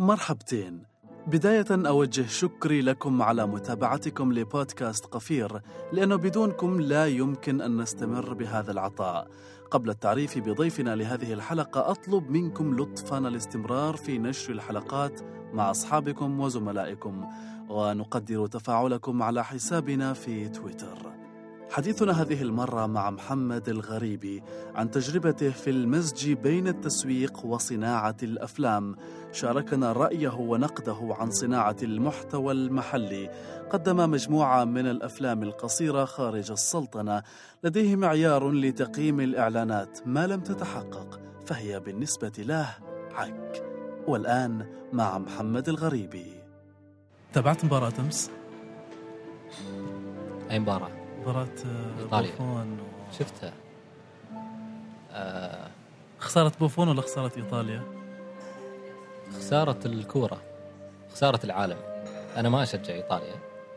مرحبتين. بداية أوجه شكري لكم على متابعتكم لبودكاست قفير، لأنه بدونكم لا يمكن أن نستمر بهذا العطاء. قبل التعريف بضيفنا لهذه الحلقة أطلب منكم لطفاً الاستمرار في نشر الحلقات مع أصحابكم وزملائكم، ونقدر تفاعلكم على حسابنا في تويتر. حديثنا هذه المرة مع محمد الغريبي عن تجربته في المزج بين التسويق وصناعة الأفلام. شاركنا رأيه ونقده عن صناعة المحتوى المحلي. قدم مجموعة من الأفلام القصيرة خارج السلطنة، لديه معيار لتقييم الإعلانات ما لم تتحقق فهي بالنسبة له عك. والآن مع محمد الغريبي. تابعت مباراة أمس؟ أي مباراة؟ مباراة بوفون شفتها. خسارة بوفون ولا خسارة إيطاليا؟ خسارة الكورة، خسارة العالم. أنا ما أشجع إيطاليا،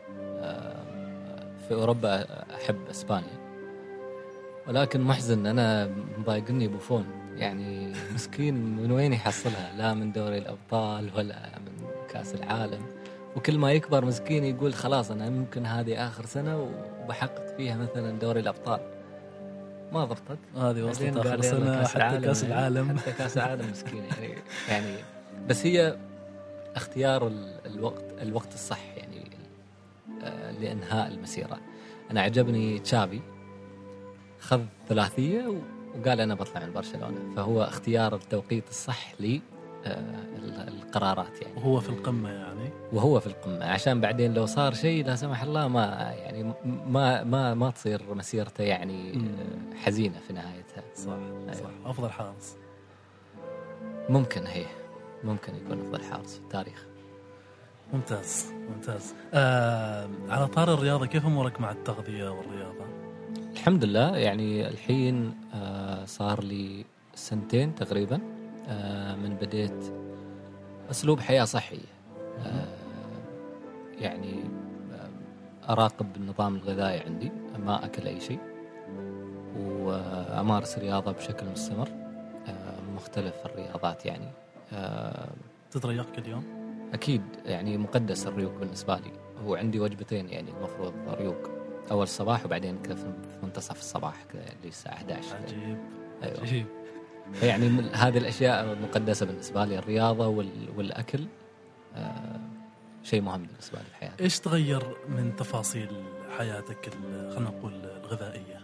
في أوروبا أحب إسبانيا، ولكن محزن أنا مضايقني بوفون. يعني مسكين من وين يحصلها؟ لا من دوري الأبطال ولا من كأس العالم، وكل ما يكبر مسكين يقول خلاص أنا ممكن هذه آخر سنة وبحقق فيها مثلا دوري الأبطال. ما ضبطت هذه وصلت آخر سنة حتى كأس العالم، حتى كأس العالم مسكين. يعني بس هي اختيار الوقت الصح يعني لإنهاء المسيرة. أنا عجبني تشافي، خذ ثلاثية وقال أنا بطلع من برشلونة، فهو اختيار التوقيت الصح القرارات يعني. وهو في القمة يعني، وهو في القمة، عشان بعدين لو صار شيء لا سمح الله ما تصير مسيرته يعني حزينة في نهايتها. صح. أيوة. صح. أفضل حارس ممكن يكون أفضل حارس في التاريخ. ممتاز. على طار الرياضة، كيف أمورك مع التغذية والرياضة؟ الحمد لله، يعني الحين صار لي 2 سنين تقريبا من بديت أسلوب حياة صحي. يعني أراقب النظام الغذائي عندي، ما أكل أي شيء، وأمارس رياضة بشكل مستمر، مختلف الرياضات يعني. تتريق كل يوم؟ أكيد، يعني مقدس الريوق بالنسبة لي. هو عندي وجبتين يعني المفروض ريوق، أول الصباح وبعدين كذا في منتصف الصباح كذا للساعة 11. عجيب. أيوة. عجيب. يعني هذه الأشياء مقدسة بالنسبة لي، الرياضة والأكل شيء مهم بالنسبة لي في حياتي. إيش تغير من تفاصيل حياتك خلنا نقول الغذائية؟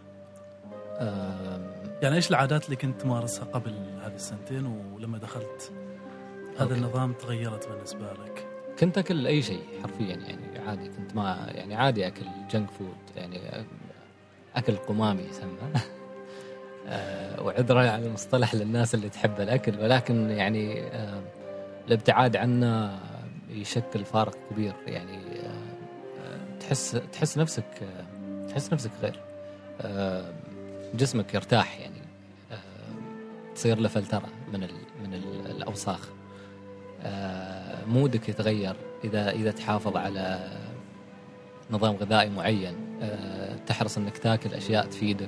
يعني إيش العادات اللي كنت تمارسها قبل هذه 2 سنين، ولما دخلت هذا النظام تغيرت بالنسبة لك؟ كنت أكل أي شيء حرفيا يعني عادي، كنت ما يعني عادي أكل جنك فود، يعني أكل قمامي يسمى. وعذرا على المصطلح للناس اللي تحب الأكل، ولكن يعني الابتعاد عنه يشكل فارق كبير. يعني تحس نفسك غير، جسمك يرتاح يعني، تصير له فلترة من الأوساخ، مودك يتغير إذا تحافظ على نظام غذائي معين، تحرص أنك تأكل أشياء تفيدك،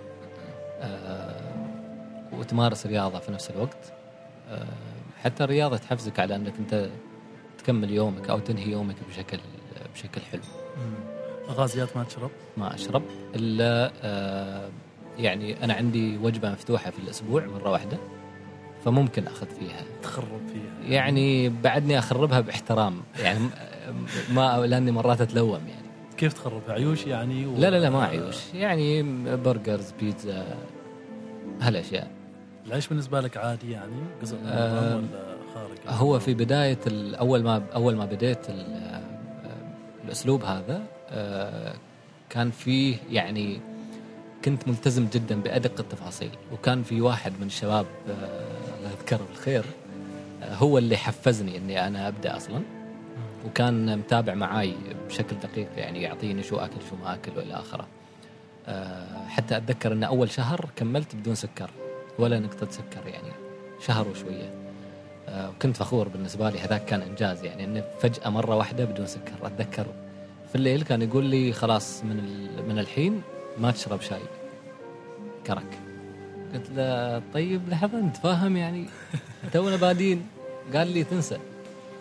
وتمارس رياضة في نفس الوقت. حتى الرياضة تحفزك على أنك أنت تكمل يومك أو تنهي يومك بشكل حلو. غازيات ما تشرب؟ ما أشرب إلا يعني أنا عندي وجبة مفتوحة في الأسبوع مرة واحدة، فممكن أخذ فيها، تخرب فيها يعني بعدني أخربها باحترام يعني، لأني مرات أتلوم يعني. كيف تخربها؟ عيوش يعني؟ لا ما عيوش، يعني برجرز، بيتزا، هالأشياء. العيش بالنسبة لك عادي يعني، جزء من النظام ولا خارج؟ هو في بداية أول ما بديت الأسلوب هذا، كان فيه يعني كنت ملتزم جدا بأدق التفاصيل، وكان في واحد من الشباب الله يذكره بالخير هو اللي حفزني أني أنا أبدأ أصلا، وكان متابع معاي بشكل دقيق، يعني يعطيني شو أكل شو ما أكل وإلى آخره. حتى أتذكر أن أول شهر كملت بدون سكر ولا نقطة سكر، يعني شهر وشوية. وكنت فخور بالنسبة لي، هذاك كان إنجاز يعني، أنه فجأة مرة واحدة بدون سكر. أتذكر في الليل كان يقول لي خلاص من الحين ما تشرب شاي كرك. قلت له طيب لحظة، أنت فاهم يعني تونا بادين؟ قال لي تنسى.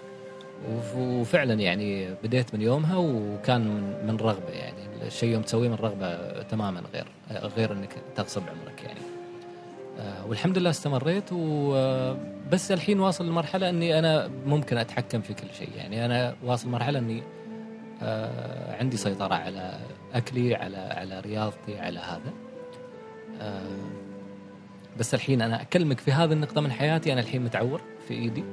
وفعلا يعني بديت من يومها، وكان من رغبة، يعني الشيء يوم تسويه من رغبة تماما، غير انك تغصب عمرك يعني. والحمد لله استمريت، وبس الحين واصل لمرحلة اني انا ممكن اتحكم في كل شيء. يعني انا واصل مرحلة اني عندي سيطرة على اكلي، على رياضتي، على هذا. بس الحين انا اكلمك في هذه النقطة من حياتي، انا الحين متعور في ايدي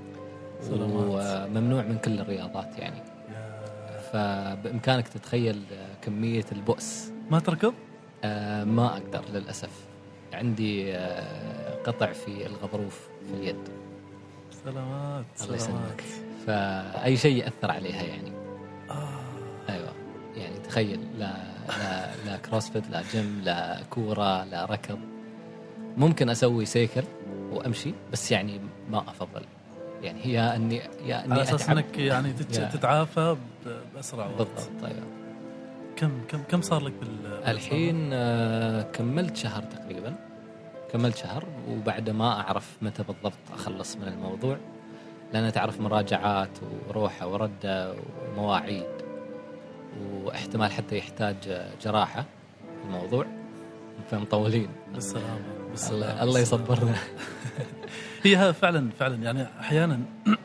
وممنوع من كل الرياضات يعني. فبإمكانك تتخيل كمية البؤس. ما تركض؟ ما أقدر للأسف، عندي قطع في الغضروف في اليد. سلامات. الله يسلمك. فأي شيء يأثر عليها يعني. أيوة يعني تخيل، لا كروسفيت، لا جيم، لا كورة، لا ركض. ممكن أسوي سيكل وأمشي، بس يعني ما أفضل يعني. هي أني على أساس أنك يعني تتعافى بأسرع وقت. بالضبط. أيوة. كم صار لك الحين كملت شهر تقريبا، كملت شهر، وبعد ما أعرف متى بالضبط أخلص من الموضوع، لأن تعرف مراجعات وروحة وردة ومواعيد، واحتمال حتى يحتاج جراحة الموضوع، فمطولين. بالسلامة. الله يصبرنا. هي فعلا يعني أحيانا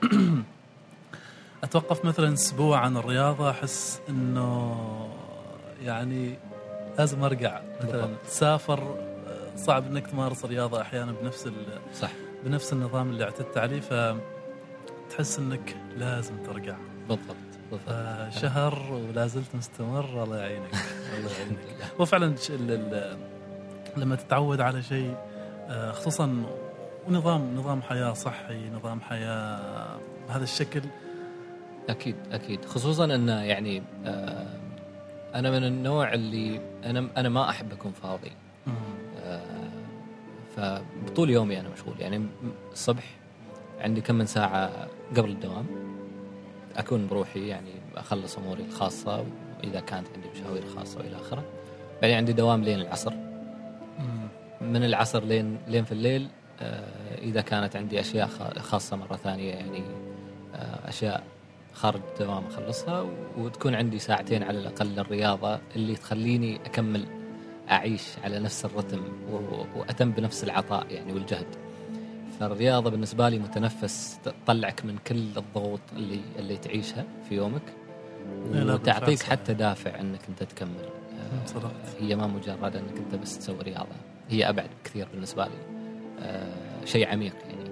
أتوقف مثلا أسبوع عن الرياضة، أحس إنه يعني لازم أرجع. مثلا تسافر، صعب إنك تمارس الرياضة أحيانا بنفس النظام اللي اعتدت عليه، فتحس إنك لازم ترجع. بالضبط. شهر ولا زلت مستمر. الله يعينك. الله يعينك. وفعلا لما تتعود على شيء، خصوصا نظام حياة صحي، نظام حياة بهذا الشكل، أكيد خصوصا أن يعني أنا من النوع اللي أنا ما أحب أكون فاضي. فبطول يومي أنا مشغول. يعني الصبح عندي كم من ساعة قبل الدوام أكون بروحي، يعني أخلص أموري الخاصة، وإذا كانت عندي مشاوير خاصة وإلى آخره. يعني عندي دوام لين العصر، من العصر لين في الليل. إذا كانت عندي أشياء خاصة مرة ثانية، يعني أشياء خارج الدوام أخلصها، وتكون عندي ساعتين على الأقل للرياضة اللي تخليني أكمل أعيش على نفس الرتم وأتم بنفس العطاء يعني والجهد. فالرياضة بالنسبة لي متنفس، تطلعك من كل الضغوط اللي تعيشها في يومك، وتعطيك حتى دافع أنك أنت تكمل. هي ما مجرد أنك أنت بس تسوي رياضة، هي أبعد كثير بالنسبة لي، شيء عميق يعني.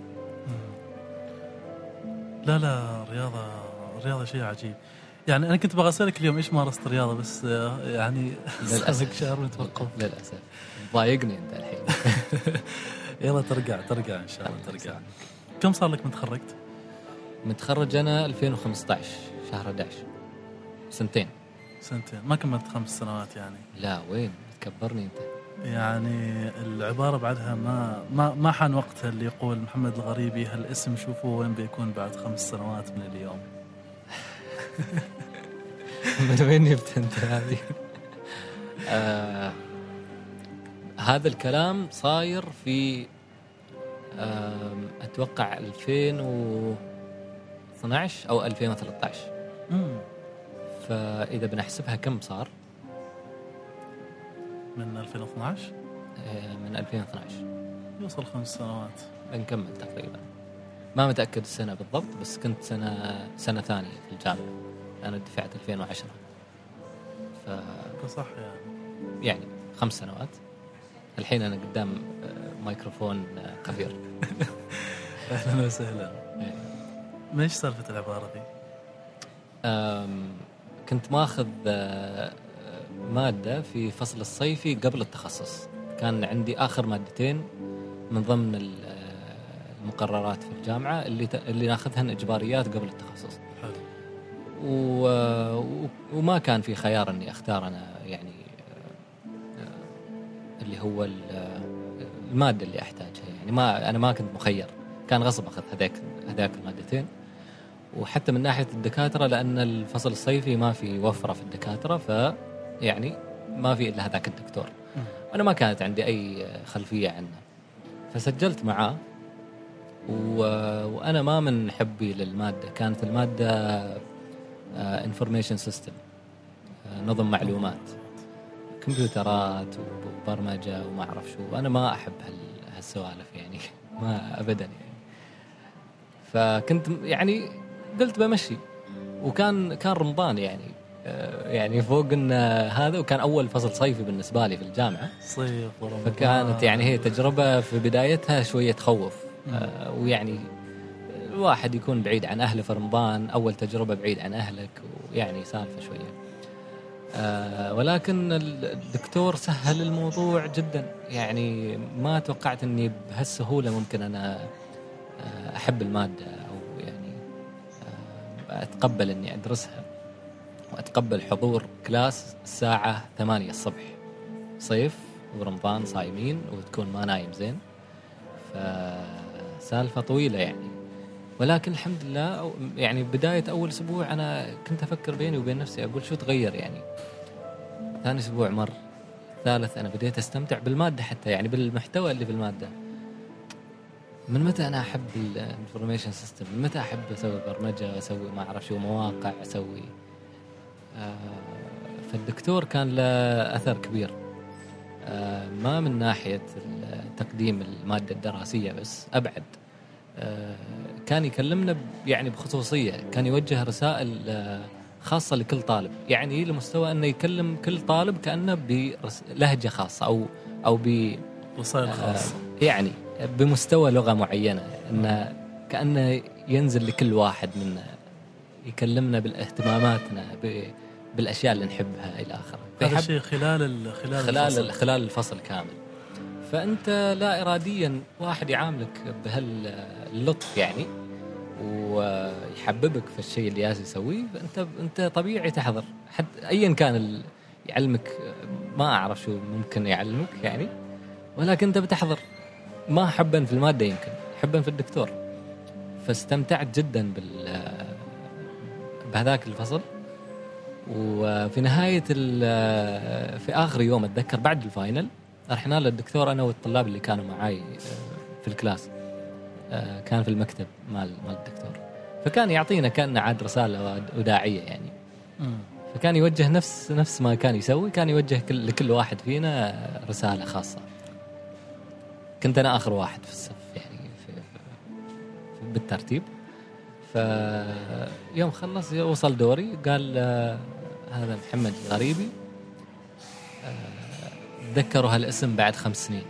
لا الرياضة شيء عجيب. يعني أنا كنت بغسلك اليوم إيش مارست الرياضة، بس يعني للأسف شهر متوقف. للأسف ضايقني أنت الحين. يلا ترجع إن شاء الله ترجع. كم صار لك متخرج أنا 2015 شهر 11. سنتين. ما كملت 5 سنوات يعني. لا وين تكبرني أنت. يعني العبارة بعدها ما حان وقتها اللي يقول محمد الغريبي هالاسم شوفوا وين بيكون بعد 5 سنوات من اليوم. من وين جبت أنت هذه؟ هذا الكلام صاير في أتوقع 2012 أو 2013. فإذا بنحسبها كم صار من 2012 من 2012 يوصل 5 سنوات بنكمل تقريبا. ما متأكد السنة بالضبط، بس كنت سنة ثانية في الجامعة. أنا دفعت 2010. صح يعني 5 سنوات. الحين أنا قدام ميكروفون قفير. أهلا وسهلا. ما إيش سالفة العبارة دي؟ كنت ماخذ مادة في فصل الصيفي قبل التخصص. كان عندي آخر مادتين من ضمن المقررات في الجامعة اللي ناخذهن إجباريات قبل التخصص. وما كان في خيار أني أختار أنا يعني اللي هو المادة اللي أحتاجها. يعني أنا ما كنت مخير، كان غصب أخذ هذاك المادتين. وحتى من ناحية الدكاترة، لأن الفصل الصيفي ما في وفرة في الدكاترة، فيعني ما في إلا هذاك الدكتور. أنا ما كانت عندي أي خلفية عنه، فسجلت معاه وأنا ما من حبي للمادة. كانت المادة information system، نظم معلومات، كمبيوترات وبرمجة وما أعرف شو. أنا ما أحب هالسوالف يعني ما أبدا يعني. فكنت يعني قلت بمشي، وكان رمضان يعني فوق إن هذا، وكان أول فصل صيفي بالنسبة لي في الجامعة، صيف ورمضان. فكانت يعني هي تجربة في بدايتها شوية تخوف. ويعني الواحد يكون بعيد عن أهله في رمضان، أول تجربة بعيد عن أهلك، ويعني سالفة شوية. ولكن الدكتور سهل الموضوع جدا. يعني ما توقعت أني بهالسهولة ممكن أنا أحب المادة، أو يعني أتقبل أني أدرسها، وأتقبل حضور كلاس الساعة 8 الصبح، صيف ورمضان صايمين وتكون ما نايم زين، فسالفة طويلة يعني. ولكن الحمد لله يعني بداية أول أسبوع أنا كنت أفكر بيني وبين نفسي، أقول شو تغير يعني. ثاني أسبوع مر، ثالث أنا بديت أستمتع بالمادة، حتى يعني بالمحتوى اللي في المادة. من متى أنا أحب الانفورميشن سيستم؟ من متى أحب أسوي برمجة، أسوي ما أعرف شو مواقع أسوي. فالدكتور كان له أثر كبير، ما من ناحية تقديم المادة الدراسية بس، أبعد. كان يكلمنا يعني بخصوصية، كان يوجه رسائل خاصة لكل طالب، يعني لمستوى أنه يكلم كل طالب كأنه بلهجة خاصة أو رسائل خاصة، يعني بمستوى لغة معينة، أنه كأنه ينزل لكل واحد منا، يكلمنا بالاهتماماتنا، بالأشياء اللي نحبها إلى آخره. هذا شيء خلال الفصل كامل. فأنت لا إراديا واحد يعاملك بهاللطف يعني، ويحببك في الشيء اللي جالس يسويه. أنت طبيعي تحضر، حتى أيا كان يعلمك، ما أعرف شو ممكن يعلمك يعني، ولكن أنت بتحضر. ما حبا في المادة، يمكن حبا في الدكتور. فاستمتعت جدا بهذاك الفصل. وفي نهاية في آخر يوم أتذكر بعد الفاينل، رحنا للدكتور أنا والطلاب اللي كانوا معاي في الكلاس. كان في المكتب مال الدكتور، فكان يعطينا كان عاد رسالة وداعية يعني. فكان يوجه نفس ما كان يسوي، كان يوجه لكل واحد فينا رسالة خاصة. كنت أنا آخر واحد في الصف يعني بالترتيب. فيوم خلص وصل دوري، قال هذا محمد الغريبي. تذكروا هالاسم بعد 5 سنين.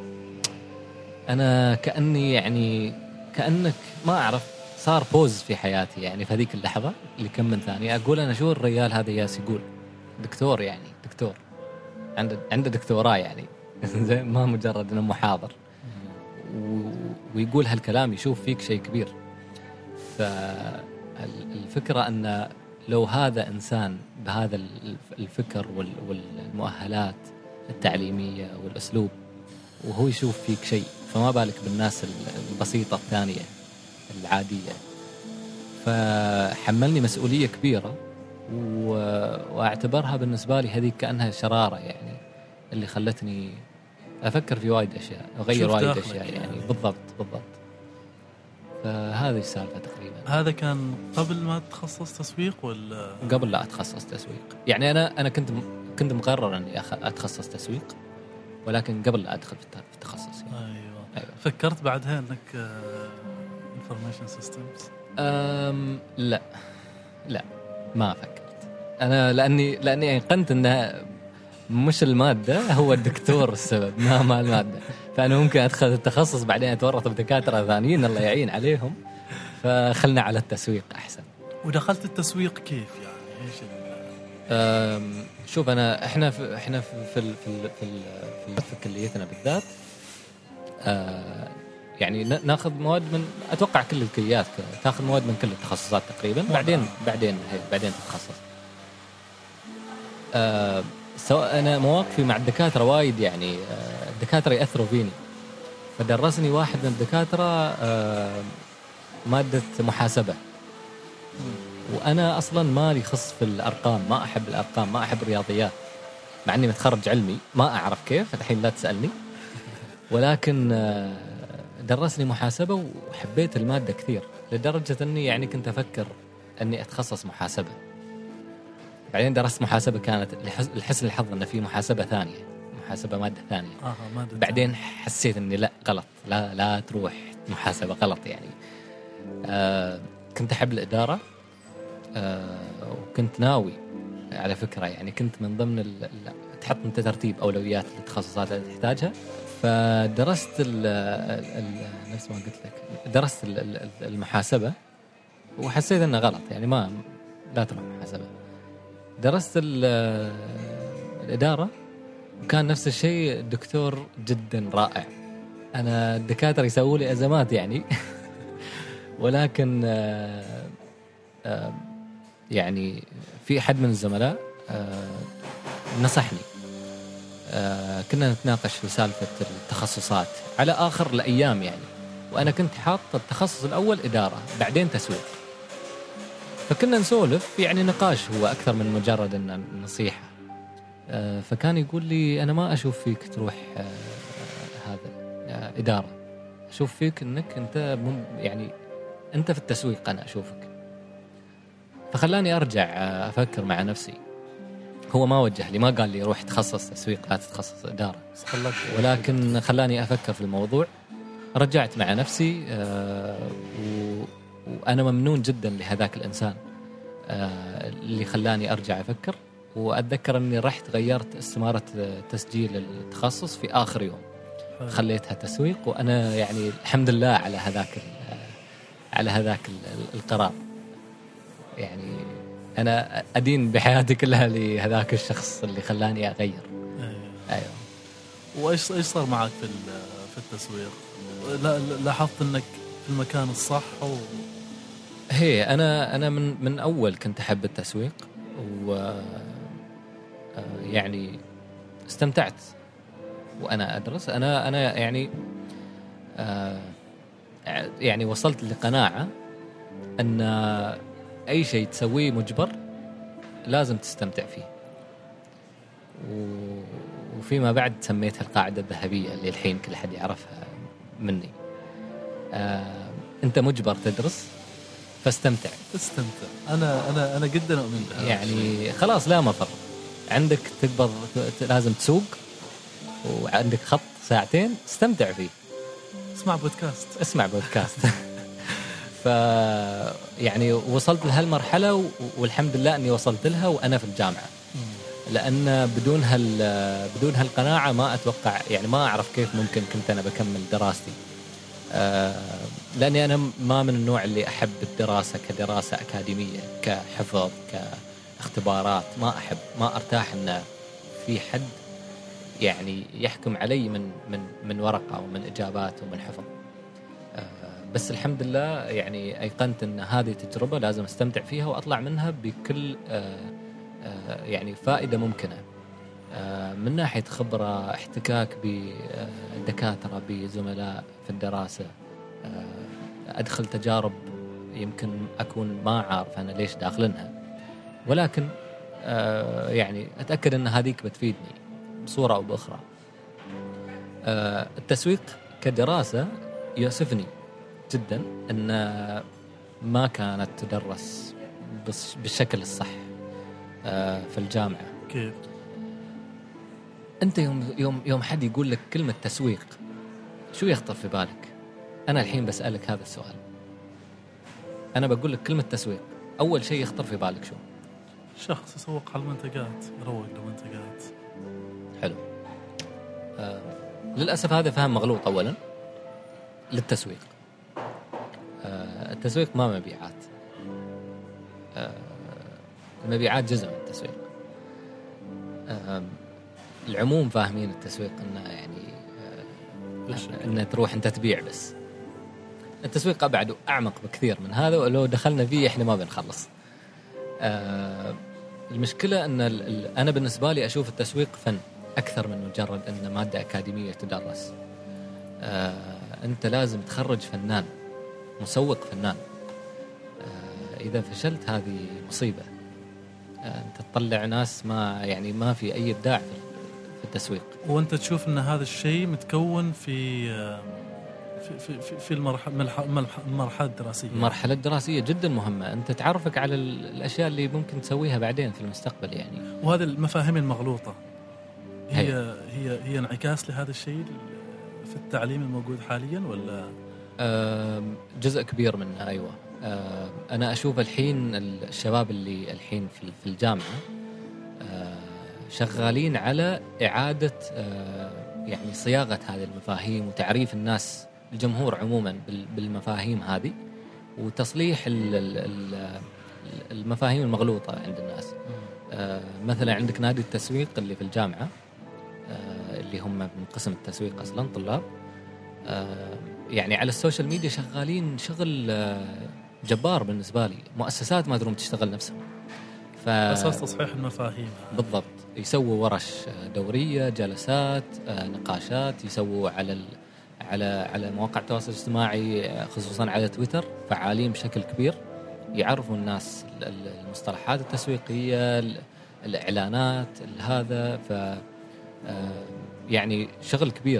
أنا كأنك ما أعرف، صار بوز في حياتي يعني في هذيك اللحظة اللي كم من ثانية أقول أنا شو الرجال هذا ياس يقول دكتور، يعني دكتور عنده دكتوراه يعني زي ما مجرد إنه محاضر، ويقول هالكلام، يشوف فيك شيء كبير. فالفكرة أن لو هذا إنسان بهذا الفكر والمؤهلات التعليمية والأسلوب، وهو يشوف فيك شيء، فما بالك بالناس البسيطة الثانية العادية. فحملني مسؤولية كبيرة، وأعتبرها بالنسبة لي هذه كأنها شرارة يعني، اللي خلتني أفكر في وايد أشياء، أغير وايد أشياء يعني. بالضبط. فهذه السالفة تقريبا. هذا كان قبل ما تخصص تسويق ولا قبل لا أتخصص تسويق؟ يعني أنا كنت مقرر أني أتخصص تسويق، ولكن قبل لا أدخل في التخصص يعني. أيوة. فكرت بعدها أنك information systems؟ لا ما فكرت أنا، لأني أيقنت أنها مش المادة هو الدكتور السبب، ما المادة. فأنا ممكن أدخل التخصص بعدين أتورط بدكاترة ثانيين الله يعين عليهم، فخلنا على التسويق أحسن. ودخلت التسويق كيف يعني؟ إيش شوف احنا في كليتنا بالذات، يعني ناخذ مواد من، اتوقع كل الكليات تاخذ مواد من كل التخصصات تقريبا. بعدين تتخصص. سواء انا مواقفي مع الدكاتره وايد يعني، الدكاتره ياثروا فيني. فدرسني واحد من الدكاتره ماده محاسبه، وأنا أصلاً مالي خص في الأرقام، ما أحب الأرقام، ما أحب الرياضيات، مع أني متخرج علمي، ما أعرف كيف الحين لا تسألني. ولكن درسني محاسبة وحبيت المادة كثير لدرجة أني يعني كنت أفكر أني أتخصص محاسبة. بعدين درست محاسبة، كانت لحسن الحظ أن في محاسبة ثانية، محاسبة مادة ثانية. بعدين حسيت أني لا غلط، لا تروح محاسبة غلط يعني. كنت أحب الإدارة، وكنت ناوي على فكرة يعني كنت من ضمن تحط أنت ترتيب أولويات للتخصصات اللي تحتاجها. فدرست نفس ما قلت لك، درست المحاسبة وحسيت أنه غلط يعني لا تروح محاسبة. درست الإدارة وكان نفس الشيء، دكتور جدا رائع. أنا الدكاترة يسووا لي أزمات يعني ولكن يعني في أحد من الزملاء نصحني. كنا نتناقش في سالفة التخصصات على آخر الأيام يعني، وأنا كنت حاط التخصص الأول إدارة بعدين تسويق. فكنا نسولف يعني نقاش هو أكثر من مجرد النصيحة. فكان يقول لي أنا ما أشوف فيك تروح هذا إدارة، أشوف فيك أنك أنت يعني أنت في التسويق أنا أشوفك. فخلاني أرجع أفكر مع نفسي. هو ما وجه لي، ما قال لي روح تخصص تسويق لا تتخصص إدارة، ولكن خلاني أفكر في الموضوع. رجعت مع نفسي وأنا ممنون جدا لهذاك الإنسان اللي خلاني أرجع أفكر. وأتذكر أني رحت غيرت استمارة تسجيل التخصص في آخر يوم، خليتها تسويق. وأنا يعني الحمد لله على هذاك القرار. يعني أنا أدين بحياتي كلها لهذاك الشخص اللي خلاني أغير. أيوة. وإيش صار معك في التسويق؟ لاحظت أنك في المكان الصح هي أنا من أول كنت أحب التسويق، و يعني استمتعت وأنا أدرس. أنا يعني وصلت لقناعة أن أي شيء تسويه مجبر لازم تستمتع فيه. وفيما بعد سميتها القاعدة الذهبية اللي الحين كل حد يعرفها مني. أنت مجبر تدرس فاستمتع. أنا جدا أؤمن بها. يعني خلاص لا مفر، عندك تقبض لازم تسوق، وعندك خط ساعتين استمتع فيه. اسمع بودكاست يعني وصلت لهالمرحلة والحمد لله أني وصلت لها وأنا في الجامعة. لأن بدون هالقناعة ما أتوقع يعني ما أعرف كيف ممكن كنت أنا بكمل دراستي. لأني أنا ما من النوع اللي أحب الدراسة كدراسة أكاديمية كحفظ كاختبارات. ما أرتاح أن في حد يعني يحكم علي من ورقة ومن إجابات ومن حفظ. بس الحمد لله يعني أيقنت أن هذه تجربة لازم استمتع فيها وأطلع منها بكل يعني فائدة ممكنة، من ناحية خبرة، احتكاك بدكاترة، بزملاء في الدراسة، أدخل تجارب يمكن أكون ما عارف أنا ليش داخلنها، ولكن يعني أتأكد أن هذيك بتفيدني بصورة أو بأخرى. التسويق كدراسة يؤسفني جدا أن ما كانت تدرس بالشكل الصح في الجامعة. كيف؟ أنت يوم حد يقول لك كلمة تسويق شو يخطر في بالك؟ أنا الحين بسألك هذا السؤال. أنا بقول لك كلمة تسويق، أول شيء يخطر في بالك شو؟ شخص يسوق على المنتجات، يروج للمنتجات. حلو. للأسف هذا فهم مغلوط أولا للتسويق. التسويق ما مبيعات. المبيعات جزء من التسويق. العموم فاهمين التسويق إنه يعني إنه تروح أنت تبيع بس. التسويق أبعد وأعمق بكثير من هذا، ولو دخلنا فيه إحنا ما بنخلص. المشكلة أن أنا بالنسبة لي أشوف التسويق فن أكثر من مجرد أنه مادة أكاديمية تدرس. أنت لازم تخرج فنان، مسوق فنان. إذا فشلت هذه مصيبة. أنت تطلع ناس ما في أي إبداع في التسويق. وأنت تشوف أن هذا الشيء متكون في المرحلة الدراسية. المرحلة الدراسية جدا مهمة، أنت تعرفك على الأشياء اللي ممكن تسويها بعدين في المستقبل يعني. وهذه المفاهيم المغلوطة هي انعكاس لهذا الشيء في التعليم الموجود حاليا ولا؟ جزء كبير منها أيوة. أنا أشوف الحين الشباب اللي الحين في الجامعة شغالين على إعادة يعني صياغة هذه المفاهيم وتعريف الناس الجمهور عموما بالمفاهيم هذه، وتصليح المفاهيم المغلوطة عند الناس. مثلا عندك نادي التسويق اللي في الجامعة، اللي هم من قسم التسويق أصلا طلاب، يعني على السوشيال ميديا شغالين شغل جبار بالنسبة لي. مؤسسات ما تروم تشتغل نفسهم أساس تصحيح المفاهيم. بالضبط، يسووا ورش دورية، جلسات، نقاشات، يسووا على مواقع التواصل الاجتماعي خصوصا على تويتر، فعالين بشكل كبير، يعرفوا الناس المصطلحات التسويقية، الإعلانات، هذا يعني شغل كبير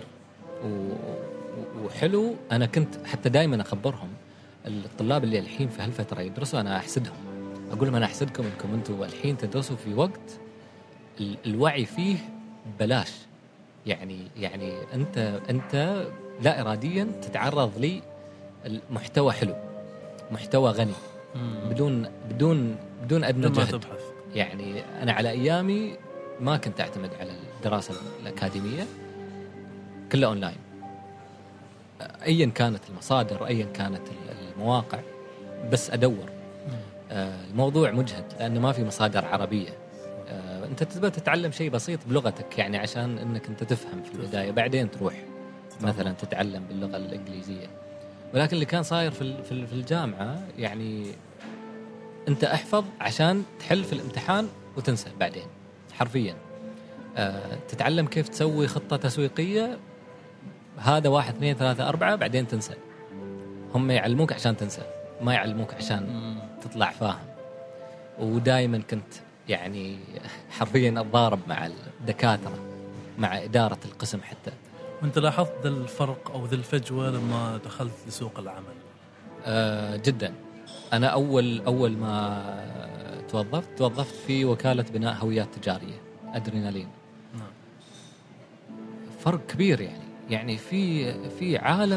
وحلو. أنا كنت حتى دائما أخبرهم الطلاب اللي الحين في هالفترة يدرسوا، أنا أحسدهم، أقول لهم أنا أحسدكم إنكم أنتم الحين تدرسوا في وقت الوعي فيه بلاش. يعني أنت لا إراديا تتعرض لي المحتوى حلو، محتوى غني، بدون أدنى جهد. يعني أنا على أيامي ما كنت أعتمد على الدراسة الأكاديمية، كلها أونلاين، أيا كانت المصادر، أيا كانت المواقع، بس أدور. الموضوع مجهد لأنه ما في مصادر عربية. أنت تبغى تتعلم شيء بسيط بلغتك يعني عشان أنك أنت تفهم في البداية، بعدين تروح مثلا تتعلم باللغة الإنجليزية. ولكن اللي كان صاير في الجامعة يعني أنت أحفظ عشان تحل في الامتحان وتنسى بعدين حرفيا. تتعلم كيف تسوي خطة تسويقية، هذا 1 2 3 4، بعدين تنسى. هم يعلموك عشان تنسى، ما يعلموك عشان تطلع فاهم. ودائما كنت يعني حرفيا أتضارب مع الدكاترة، مع إدارة القسم حتى. وانت لاحظت ذا الفرق أو ذا الفجوة لما دخلت لسوق العمل؟ جدا. أنا أول ما توظفت في وكالة بناء هويات تجارية أدرينالين. فرق كبير يعني في عالم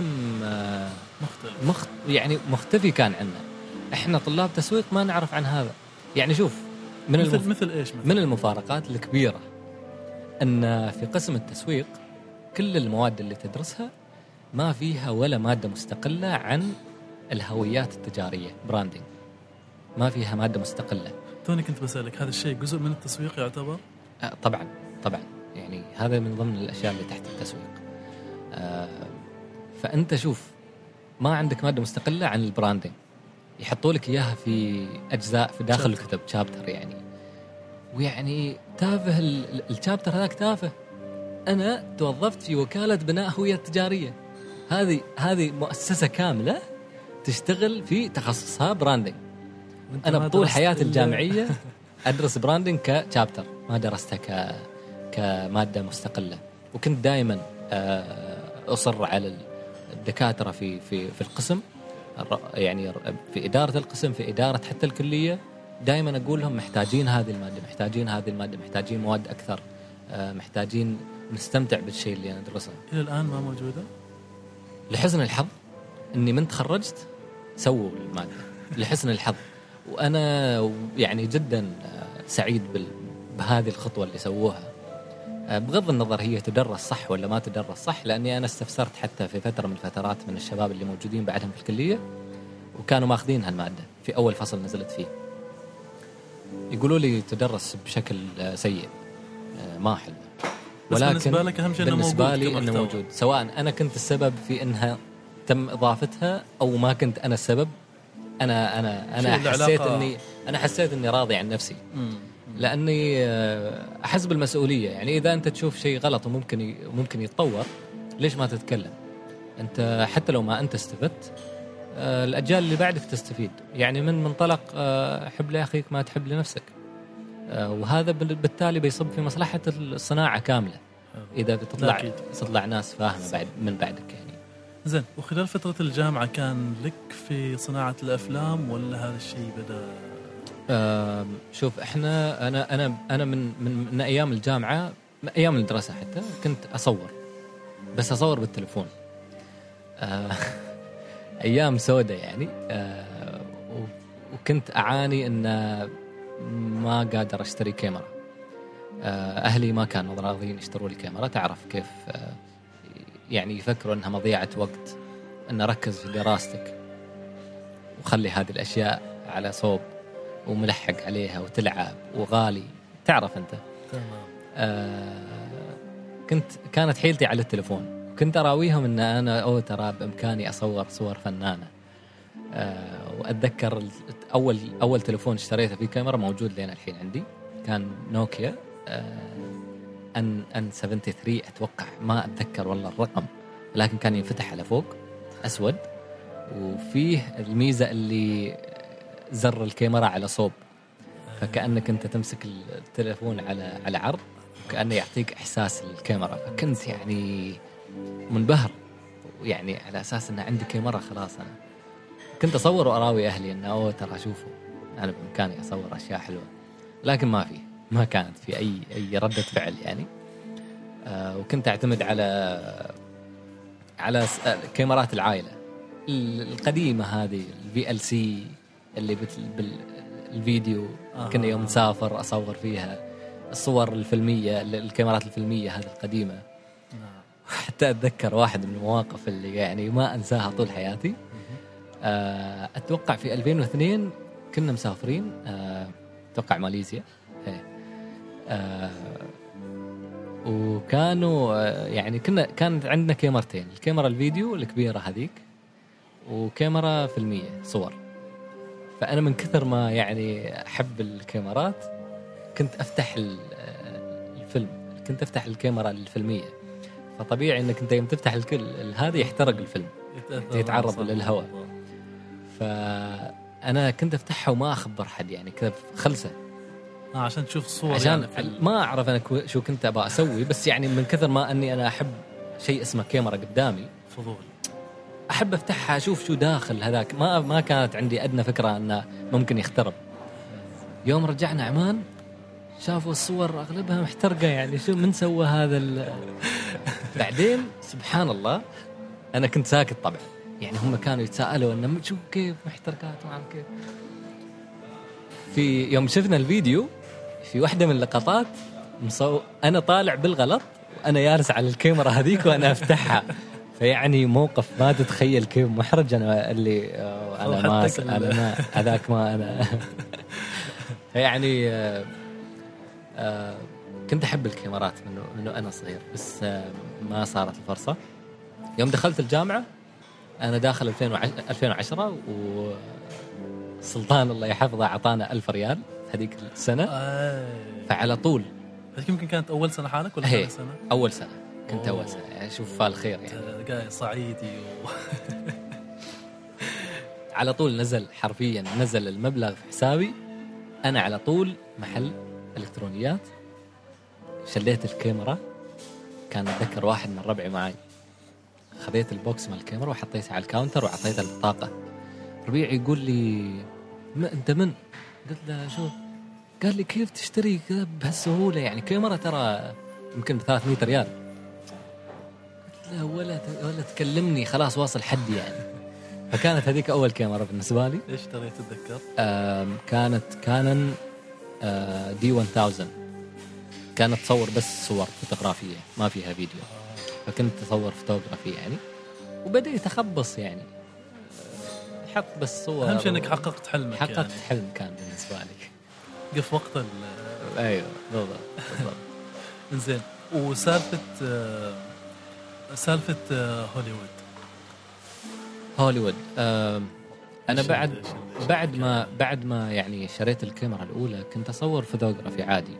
يعني مختفي كان عنا. احنا طلاب تسويق ما نعرف عن هذا. يعني شوف مثل إيش من المفارقات الكبيرة أن في قسم التسويق كل المواد اللي تدرسها ما فيها ولا مادة مستقلة عن الهويات التجارية، براندينج، ما فيها مادة مستقلة. توني كنت بسألك، هذا الشيء جزء من التسويق يعتبر؟ طبعا يعني هذا من ضمن الأشياء اللي تحت التسويق. فأنت شوف ما عندك مادة مستقلة عن البراندينج، يحطوا لك إياها في أجزاء في داخل الكتب، شابتر يعني. ويعني تافه الشابتر هذاك تافه. أنا توظفت في وكالة بناء هوية تجارية، هذه مؤسسة كاملة تشتغل في تخصصها براندينج. أنا بطول حياتي الجامعية أدرس براندينج كشابتر، ما درستها كمادة مستقلة. وكنت دائما أصر على الدكاترة في القسم، يعني في إدارة القسم، في إدارة حتى الكلية، دائما أقول لهم محتاجين هذه المادة، محتاجين هذه المادة، محتاجين مواد أكثر، محتاجين نستمتع بالشيء اللي أنا أدرسه. إلى الآن ما موجودة؟ لحسن الحظ إني من تخرجت سووا المادة لحسن الحظ. وأنا يعني جدا سعيد بهذه الخطوة اللي سووها، بغض النظر هي تدرس صح ولا ما تدرس صح. لأني أنا استفسرت حتى في فترة من الفترات من الشباب اللي موجودين بعدهم في الكلية وكانوا ماخذين هالمادة في أول فصل نزلت فيه، يقولوا لي تدرس بشكل سيء ما حل. ولكن بالنسبة لك أهم شيء بالنسبة لي إنه موجود، سواء أنا كنت السبب في إنها تم إضافتها أو ما كنت أنا السبب. أنا حسيت إني راضي عن نفسي، لأني أحس بالمسؤولية. يعني إذا أنت تشوف شيء غلط وممكن يتطور، ليش ما تتكلم أنت؟ حتى لو ما أنت استفدت، الأجيال اللي بعدك تستفيد. يعني من منطلق حب لأخيك ما تحب لنفسك، وهذا بالتالي بيصب في مصلحة الصناعة كاملة إذا تطلع ناس فاهمة من بعدك. يعني زين، وخلال فترة الجامعة كان لك في صناعة الأفلام ولا هذا الشيء بدأ؟ شوف، أنا من أيام الجامعة، من أيام الدراسة حتى كنت أصور، بس أصور بالتليفون. أيام سودة يعني. وكنت أعاني أن ما قادر أشتري كاميرا. أهلي ما كانوا راضيين يشتروا لي كاميرا. تعرف كيف يعني يفكروا أنها مضيعة وقت، أن ركز في دراستك وخلي هذه الأشياء على صوب وملحق عليها وتلعب وغالي، تعرف أنت. تمام. كانت حيلتي على التليفون. كنت أراويهم أن أنا ترى بإمكاني أصور صور فنانة. وأتذكر أول تليفون اشتريته فيه كاميرا موجود لين الحين عندي، كان نوكيا ان 73 أتوقع، ما أتذكر والله الرقم، لكن كان ينفتح على فوق أسود، وفيه الميزة اللي زر الكاميرا على صوب، فكأنك أنت تمسك التليفون على عرض، وكأنه يعطيك إحساس الكاميرا. فكنت يعني منبهر، يعني على أساس أن عندي كاميرا خلاص. أنا كنت أصور وأراوي أهلي أنه ترى شوفوا أنا بإمكاني أصور أشياء حلوة، لكن ما كانت في أي ردة فعل يعني. وكنت أعتمد على كاميرات العائلة القديمة هذه، VLC اللي بالفيديو. كنا يوم نسافر أصور فيها الصور الفيلمية، الكاميرات الفيلمية هذه القديمة. حتى أتذكر واحد من المواقف اللي يعني ما أنساها طول حياتي. أتوقع في 2002 كنا مسافرين، أتوقع ماليزيا. وكانوا يعني كانت عندنا كاميرتين، الكاميرا الفيديو الكبيرة هذيك، وكاميرا فيلمية صور. فأنا من كثر ما يعني أحب الكاميرات كنت أفتح الفيلم، كنت أفتح الكاميرا الفيلمية. فطبيعي أنك أنت يوم تفتح هذا يحترق الفيلم، يتعرض للهواء. فأنا كنت أفتحها وما أخبر حد يعني، كذا خلصة عشان تشوف الصور، عشان يعني ما أعرف أنا شو كنت أبغى أسوي، بس يعني من كثر ما أني أنا أحب شيء اسمه كاميرا قدامي، فضول، أحب أفتحها أشوف شو داخل هذاك. ما كانت عندي أدنى فكرة أنه ممكن يخترب. يوم رجعنا عمان شافوا الصور أغلبها محترقة، يعني شو من سوى هذا بعدين سبحان الله أنا كنت ساكت طبعا، يعني هم كانوا يتساءلوا أنه شو كيف محترقات وعم كيف. في يوم شفنا الفيديو في واحدة من اللقطات أنا طالع بالغلط وأنا يارس على الكاميرا هذيك وأنا أفتحها. فيعني موقف ما تتخيل كيف محرج. أنا اللي أنا ما هذاك ما أنا يعني كنت أحب الكاميرات منه أنا صغير، بس ما صارت الفرصة. يوم دخلت الجامعة أنا داخل 2010 وسلطان الله يحفظه عطانا 1000 ريال هذيك السنة. فعلى طول هذيك يمكن كانت أول سنة حالك ولا ثاني سنة؟ أول سنة كنت. أول سنة يعني شوف فالخير يعني قاي صعيدي على طول نزل المبلغ في حسابي. أنا على طول محل إلكترونيات، شليت الكاميرا. كان أتذكر واحد من ربعي معي، خذيت البوكس مال الكاميرا وحطيتها على الكاونتر وعطيتها البطاقة. ربيع يقول لي أنت من؟ قلت له شو؟ قال لي كيف تشتري كذا بهالسهولة؟ يعني كاميرا ترى يمكن ب300 ريال. قلت له ولا تكلمني، خلاص واصل حدي يعني. فكانت هذيك أول كاميرا بالنسبة لي. إيش اشتريت تتذكر؟ كانت كانون D1000. كانت تصور بس صور فوتوغرافية ما فيها فيديو. فكنت أصور فوتوغرافي يعني، وبدأت أخبص يعني، حط بس صور. أهم شيء إنك حققت حلمك. حققت يعني حلم كان بالنسبة لي قف وقت أيوة بالضبط. إنزين، وسالفة هوليوود. أنا بعد ما يعني شريت الكاميرا الأولى كنت أصور فوتوغرافي عادي،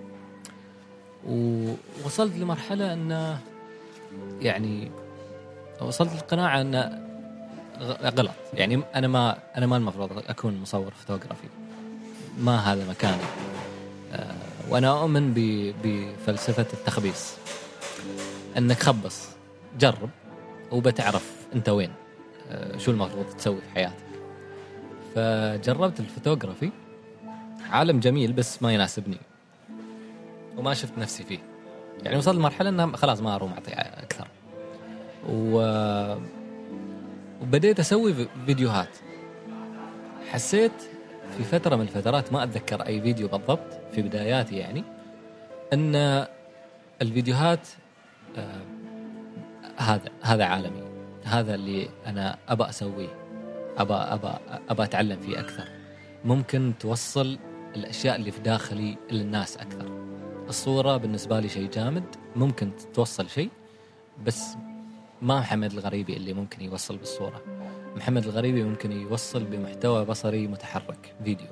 ووصلت لمرحلة أن يعني وصلت للقناعة أن غلط. يعني أنا ما المفروض أكون مصور فوتوغرافي، ما هذا مكاني. وأنا أؤمن بفلسفة التخبيص، أنك خبص جرب وبتعرف أنت وين، شو المفروض تسوي في حياتك. فجربت الفوتوغرافي، عالم جميل بس ما يناسبني وما شفت نفسي فيه. يعني وصلت لمرحلة أنها خلاص ما أروم أعطي أكثر. وبديت أسوي فيديوهات. حسيت في فترة من الفترات، ما أتذكر أي فيديو بالضبط في بداياتي، يعني أن الفيديوهات هذا عالمي، هذا اللي أنا أبى أسويه، أبى أتعلم فيه أكثر. ممكن توصل الأشياء اللي في داخلي للناس أكثر. الصورة بالنسبة لي شيء جامد، ممكن توصل شيء، بس ما محمد الغريبي اللي ممكن يوصل بالصورة. محمد الغريبي ممكن يوصل بمحتوى بصري متحرك، فيديو.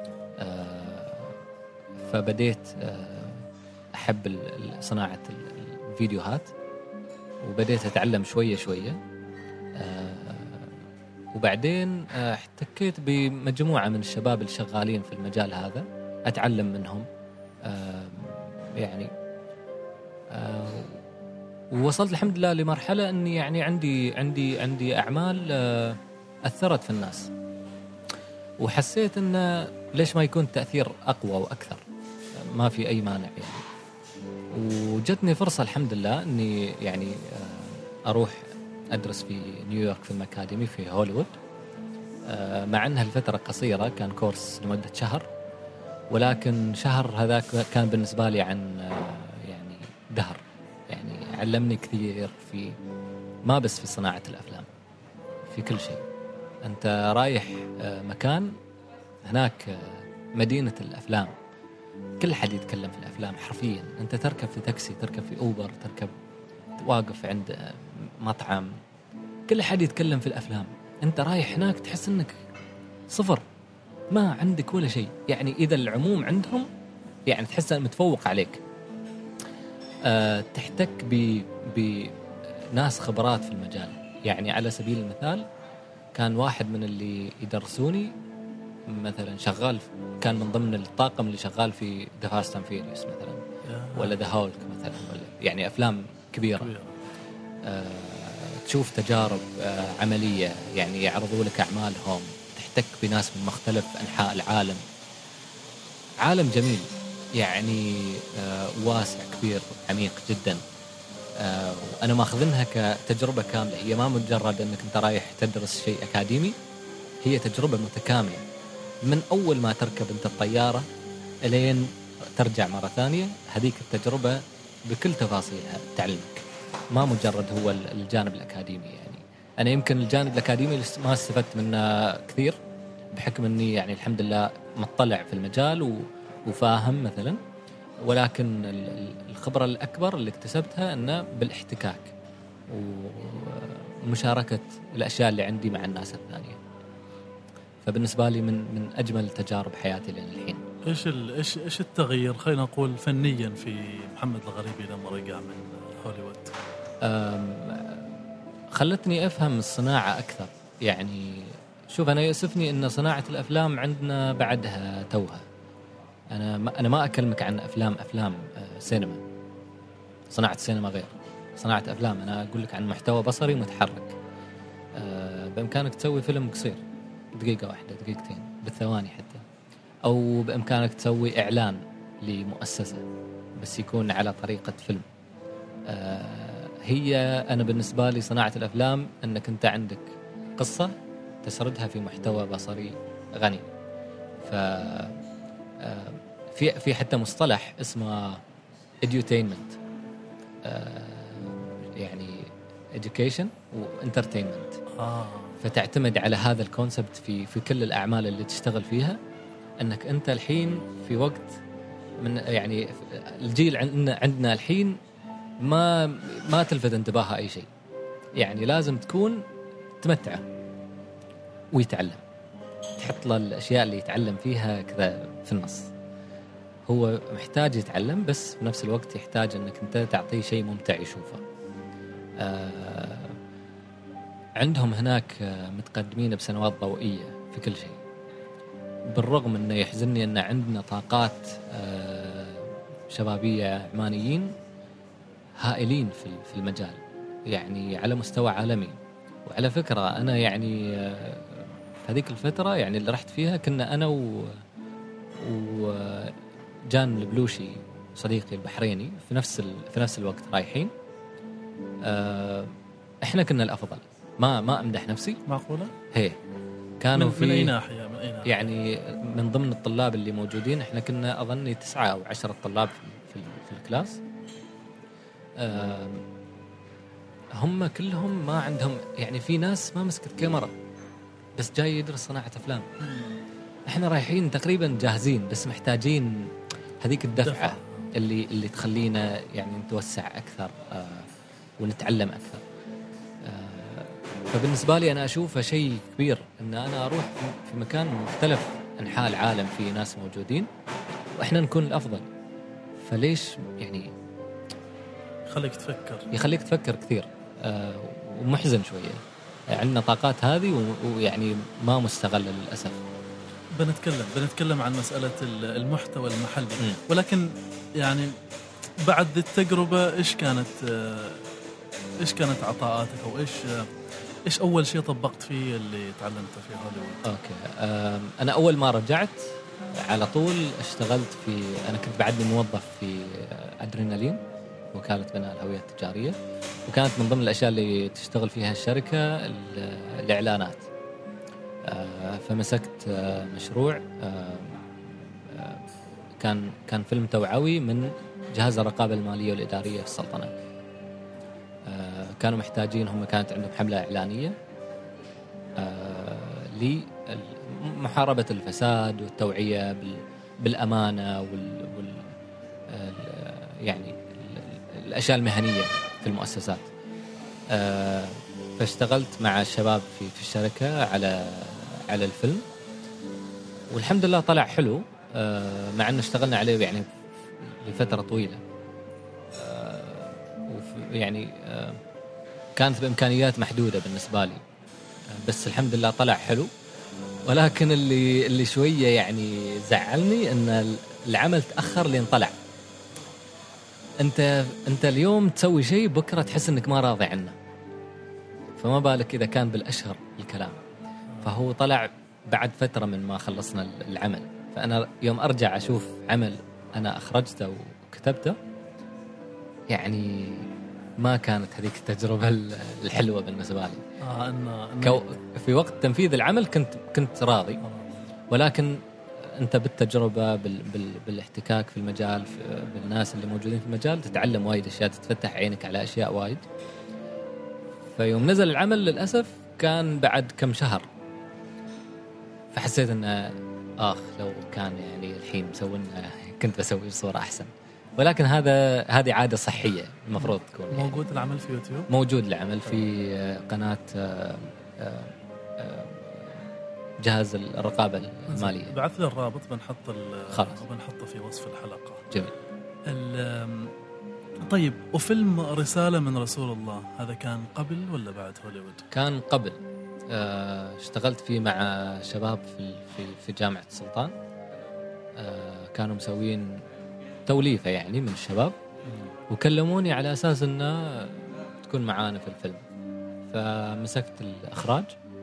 فبديت أحب صناعة الفيديوهات، وبديت أتعلم شوية شوية. وبعدين احتكيت بمجموعة من الشباب الشغالين في المجال هذا، أتعلم منهم يعني. ووصلت الحمد لله لمرحلة أني يعني عندي أعمال أثرت في الناس، وحسيت أن ليش ما يكون تأثير أقوى وأكثر، ما في أي مانع يعني. وجتني فرصة الحمد لله أني يعني أروح أدرس في نيويورك في المكاديمي في هوليوود. مع أنها الفترة قصيرة، كان كورس لمدة شهر، ولكن شهر هذاك كان بالنسبة لي عن يعني دهر. يعني علمني كثير، في ما بس في صناعة الأفلام، في كل شيء. أنت رايح مكان هناك مدينة الأفلام، كل حد يتكلم في الأفلام حرفيا. أنت تركب في تاكسي، تركب في أوبر، تركب واقف عند مطعم، كل حد يتكلم في الأفلام. أنت رايح هناك تحس أنك صفر، ما عندك ولا شيء. يعني إذا العموم عندهم يعني تحس أنك متفوق عليك. تحتك بناس خبرات في المجال. يعني على سبيل المثال، كان واحد من اللي يدرسوني مثلا شغال، كان من ضمن الطاقم اللي شغال في The Fast and Furious مثلا، ولا The Hulk مثلا، ولا يعني أفلام كبيرة. تشوف تجارب عملية، يعني يعرضوا لك أعمالهم، تحتك بناس من مختلف أنحاء العالم. عالم جميل يعني، واسع كبير عميق جدا. وأنا ماخذنها كتجربة كاملة. هي ما مجرد أنك أنت رايح تدرس شيء أكاديمي، هي تجربة متكاملة من أول ما تركب أنت الطيارة إلين ترجع مرة ثانية. هذيك التجربة بكل تفاصيلها تعلمك، ما مجرد هو الجانب الأكاديمي. يعني أنا يمكن الجانب الأكاديمي ما استفدت منه كثير، بحكم أني يعني الحمد لله مطلع في المجال وفاهم مثلا، ولكن الخبرة الأكبر اللي اكتسبتها أنه بالاحتكاك ومشاركة الأشياء اللي عندي مع الناس الثانية. فبالنسبة لي من أجمل تجارب حياتي لين الحين. إيش التغيير، خلينا نقول فنيا، في محمد الغريبي لما رجع من هوليوود؟ خلتني أفهم الصناعة أكثر. يعني شوف، أنا يؤسفني أن صناعة الأفلام عندنا بعدها توها. أنا ما أكلمك عن أفلام سينما. صناعة السينما غير، صناعة أفلام أنا أقول لك عن محتوى بصري متحرك. بإمكانك تسوي فيلم قصير، دقيقة واحدة، دقيقتين، بالثواني حتى، أو بإمكانك تسوي إعلان لمؤسسة بس يكون على طريقة فيلم. هي أنا بالنسبة لي صناعة الأفلام أنك أنت عندك قصة تسردها في محتوى بصري غني. في حتى مصطلح اسمه edutainment، يعني education وentertainment. فتعتمد على هذا الكونسبت في كل الأعمال اللي تشتغل فيها، أنك أنت الحين في وقت من يعني الجيل عندنا الحين ما تلفت انتباهه أي شيء. يعني لازم تكون تمتعه ويتعلم، تحط له الأشياء اللي يتعلم فيها كذا في النص. هو محتاج يتعلم، بس في نفس الوقت يحتاج أنك أنت تعطيه شيء ممتع يشوفه. عندهم هناك متقدمين بسنوات ضوئية في كل شيء، بالرغم أنه يحزنني أن عندنا طاقات شبابية عمانيين هائلين في المجال، يعني على مستوى عالمي. وعلى فكرة أنا يعني في هذيك الفترة يعني اللي رحت فيها كنا أنا وجان البلوشي صديقي البحريني في نفس الوقت رايحين. إحنا كنا الأفضل، ما أمدح نفسي. معقولة؟ هي كانوا من أي ناحية؟ يعني من ضمن الطلاب اللي موجودين إحنا كنا أظني 9 أو 10 طلاب في الكلاس. هم كلهم ما عندهم يعني، في ناس ما مسكت كاميرا بس جاي يدرس صناعة أفلام. إحنا رايحين تقريبا جاهزين بس محتاجين هذيك الدفعة اللي تخلينا يعني نتوسع أكثر ونتعلم أكثر. فبالنسبة لي أنا أشوفه شيء كبير إن أنا أروح في مكان مختلف أنحاء العالم في ناس موجودين وإحنا نكون الأفضل. فليش يعني يخليك تفكر كثير. ومحزن شوية عندنا طاقات هذه ويعني ما مستغلة للأسف. بنتكلم عن مسألة المحتوى المحلي، ولكن يعني بعد التجربة إيش كانت عطاءاتك، أو إيش أول شيء طبقت فيه اللي تعلمته في هوليوود؟ أوكي. أنا أول ما رجعت على طول اشتغلت أنا كنت بعدني موظف في أدرينالين، وكالة بناء الهوية التجارية، وكانت من ضمن الأشياء اللي تشتغل فيها الشركة الإعلانات. فمسكت مشروع كان فيلم توعوي من جهاز الرقابة المالية والإدارية في السلطنة. كانوا محتاجين، هم كانت عندهم حملة إعلانية لمحاربة الفساد والتوعية بالأمانة يعني الأشياء المهنية في المؤسسات. فاشتغلت مع الشباب في الشركة على الفيلم، والحمد لله طلع حلو، مع أنه اشتغلنا عليه يعني لفترة طويلة. يعني كانت بإمكانيات محدودة بالنسبة لي، بس الحمد لله طلع حلو. ولكن اللي شوية يعني زعلني أن العمل تأخر لين طلع. أنت اليوم تسوي شيء بكرة تحس أنك ما راضي عنه، فما بالك إذا كان بالأشهر الكلام. فهو طلع بعد فترة من ما خلصنا العمل. فأنا يوم أرجع أشوف عمل أنا أخرجته وكتبته، يعني ما كانت هذيك التجربة الحلوة بالنسبة لي. في وقت تنفيذ العمل كنت راضي، ولكن أنت بالتجربة بالاحتكاك في المجال بالناس اللي موجودين في المجال تتعلم وايد أشياء، تتفتح عينك على أشياء وايد. فيوم نزل العمل للأسف كان بعد كم شهر، فحسيت أنه لو كان يعني الحين مسوينا كنت بسوي صورة أحسن. ولكن هذه عادة صحية المفروض تكون. موجود يعني العمل في يوتيوب؟ موجود العمل في قناة جهاز الرقابة المالية. بعث لي الرابط، بنحطه في وصف الحلقة. جميل. طيب، وفيلم رسالة من رسول الله هذا كان قبل ولا بعد هوليوود؟ كان قبل. اشتغلت فيه مع شباب في جامعة السلطان. كانوا مسوين توليفة يعني من الشباب، وكلموني على أساس أنه تكون معانا في الفيلم. فمسكت الإخراج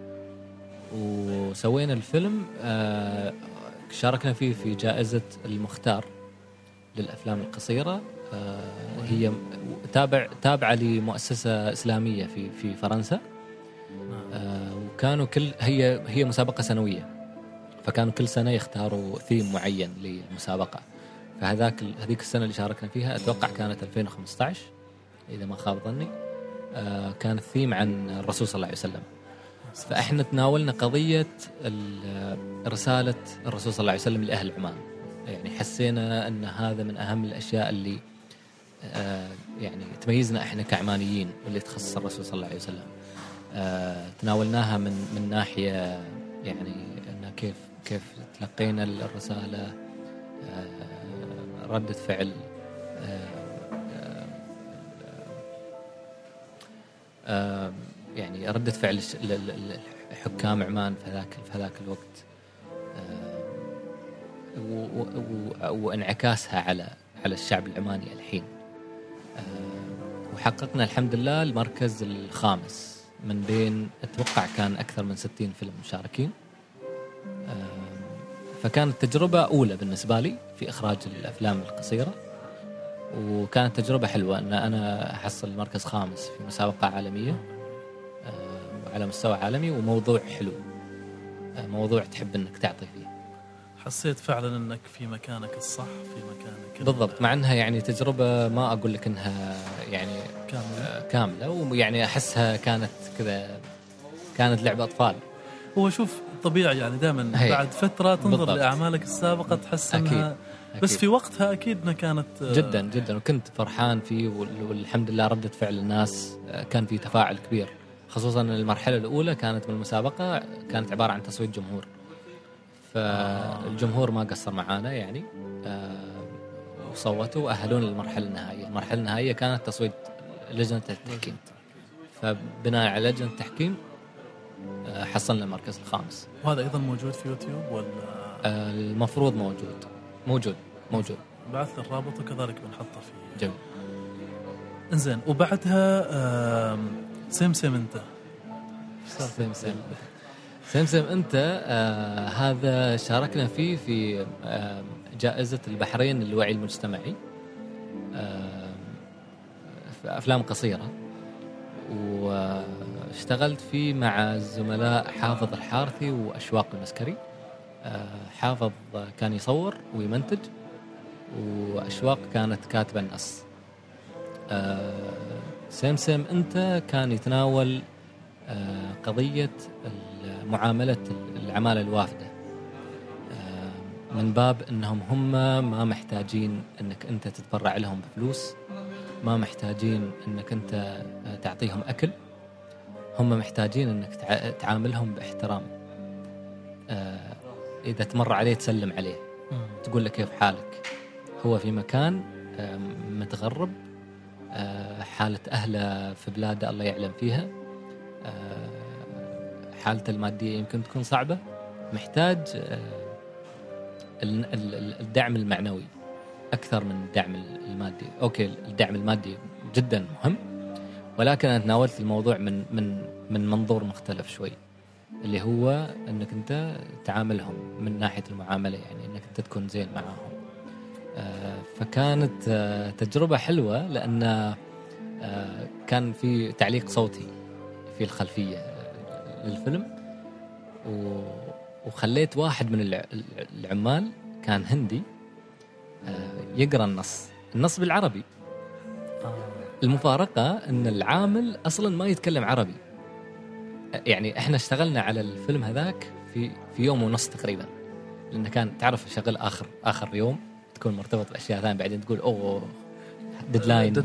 وسوينا الفيلم. شاركنا فيه في جائزة المختار للأفلام القصيرة. هي تابعة لمؤسسة إسلامية في فرنسا. وكانوا هي مسابقة سنوية، فكانوا كل سنة يختاروا ثيم معين للمسابقة. هذيك السنة اللي شاركنا فيها أتوقع كانت 2015 إذا ما خاب ظني. كان الثيم عن الرسول صلى الله عليه وسلم. فإحنا تناولنا قضية رسالة الرسول صلى الله عليه وسلم لأهل عمان. يعني حسينا أن هذا من أهم الأشياء اللي يعني تميزنا إحنا كعمانيين، واللي تخصص الرسول صلى الله عليه وسلم. تناولناها من ناحية يعني أن كيف تلقينا الرسالة، ردة فعل، يعني ردة فعل حكام عمان في هذاك الوقت، وانعكاسها على الشعب العماني الحين. وحققنا الحمد لله المركز الخامس من بين أتوقع كان أكثر من 60 فيلم مشاركين. فكانت تجربة أولى بالنسبة لي في إخراج الأفلام القصيرة، وكانت تجربة حلوة أن أنا أحصل مركز خامس في مسابقة عالمية على مستوى عالمي، وموضوع حلو، موضوع تحب أنك تعطي فيه. حسيت فعلا أنك في مكانك الصح، في مكانك بالضبط، مع أنها يعني تجربة ما أقول لك أنها يعني كاملة، ويعني أحسها كانت كذا، كانت لعبة أطفال. هو شوف طبيعي يعني دائما بعد فترة تنظر بالضبط. لأعمالك السابقة تحس أنها أكيد. بس في وقتها أكيد أنها كانت جدا جدا، وكنت فرحان فيه، والحمد لله ردة فعل الناس كان في تفاعل كبير، خصوصا المرحلة الأولى كانت من المسابقة كانت عبارة عن تصويت جمهور، فالجمهور ما قصر معانا يعني، وصوتوا وأهلون للمرحلة النهائية. المرحلة النهائية كانت تصويت لجنة التحكيم، فبناء على لجنة التحكيم حصلنا المركز الخامس. وهذا أيضا موجود في يوتيوب ولا؟ المفروض موجود. بعث الرابط وكذلك بنحطه في جميل. إنزين، وبعدها سمسم أنت. سمسم أنت هذا شاركنا فيه في جائزة البحرين للوعي المجتمعي في أفلام قصيرة، واشتغلت فيه مع الزملاء حافظ الحارثي وأشواق المسكري. حافظ كان يصور ويمنتج، وأشواق كانت كاتبة النص. سمسم أنت كان يتناول قضية معاملة العمالة الوافدة، من باب أنهم هم ما محتاجين أنك أنت تتبرع لهم بفلوس، ما محتاجين أنك أنت تعطيهم أكل، هم محتاجين أنك تعاملهم باحترام. إذا تمر عليه تسلم عليه، تقول له كيف حالك. هو في مكان متغرب، حالة أهله في بلاده الله يعلم فيها، حالته المادية يمكن تكون صعبة، محتاج الدعم المعنوي أكثر من الدعم المادي. أوكي، الدعم المادي جدا مهم، ولكن أنا تناولت الموضوع من منظور مختلف شوي، اللي هو أنك أنت تعاملهم من ناحية المعاملة، يعني أنك أنت تكون زين معهم. فكانت تجربة حلوة، لأن كان في تعليق صوتي في الخلفية للفيلم، وخليت واحد من العمال كان هندي يقرأ النص بالعربي. المفارقة أن العامل أصلا ما يتكلم عربي، يعني إحنا اشتغلنا على الفيلم هذاك في يوم ونص تقريبا، لأنه كان تعرف شغل آخر يوم، تكون مرتبط بأشياء ثانية، بعدين تقول أوه ديدلاين.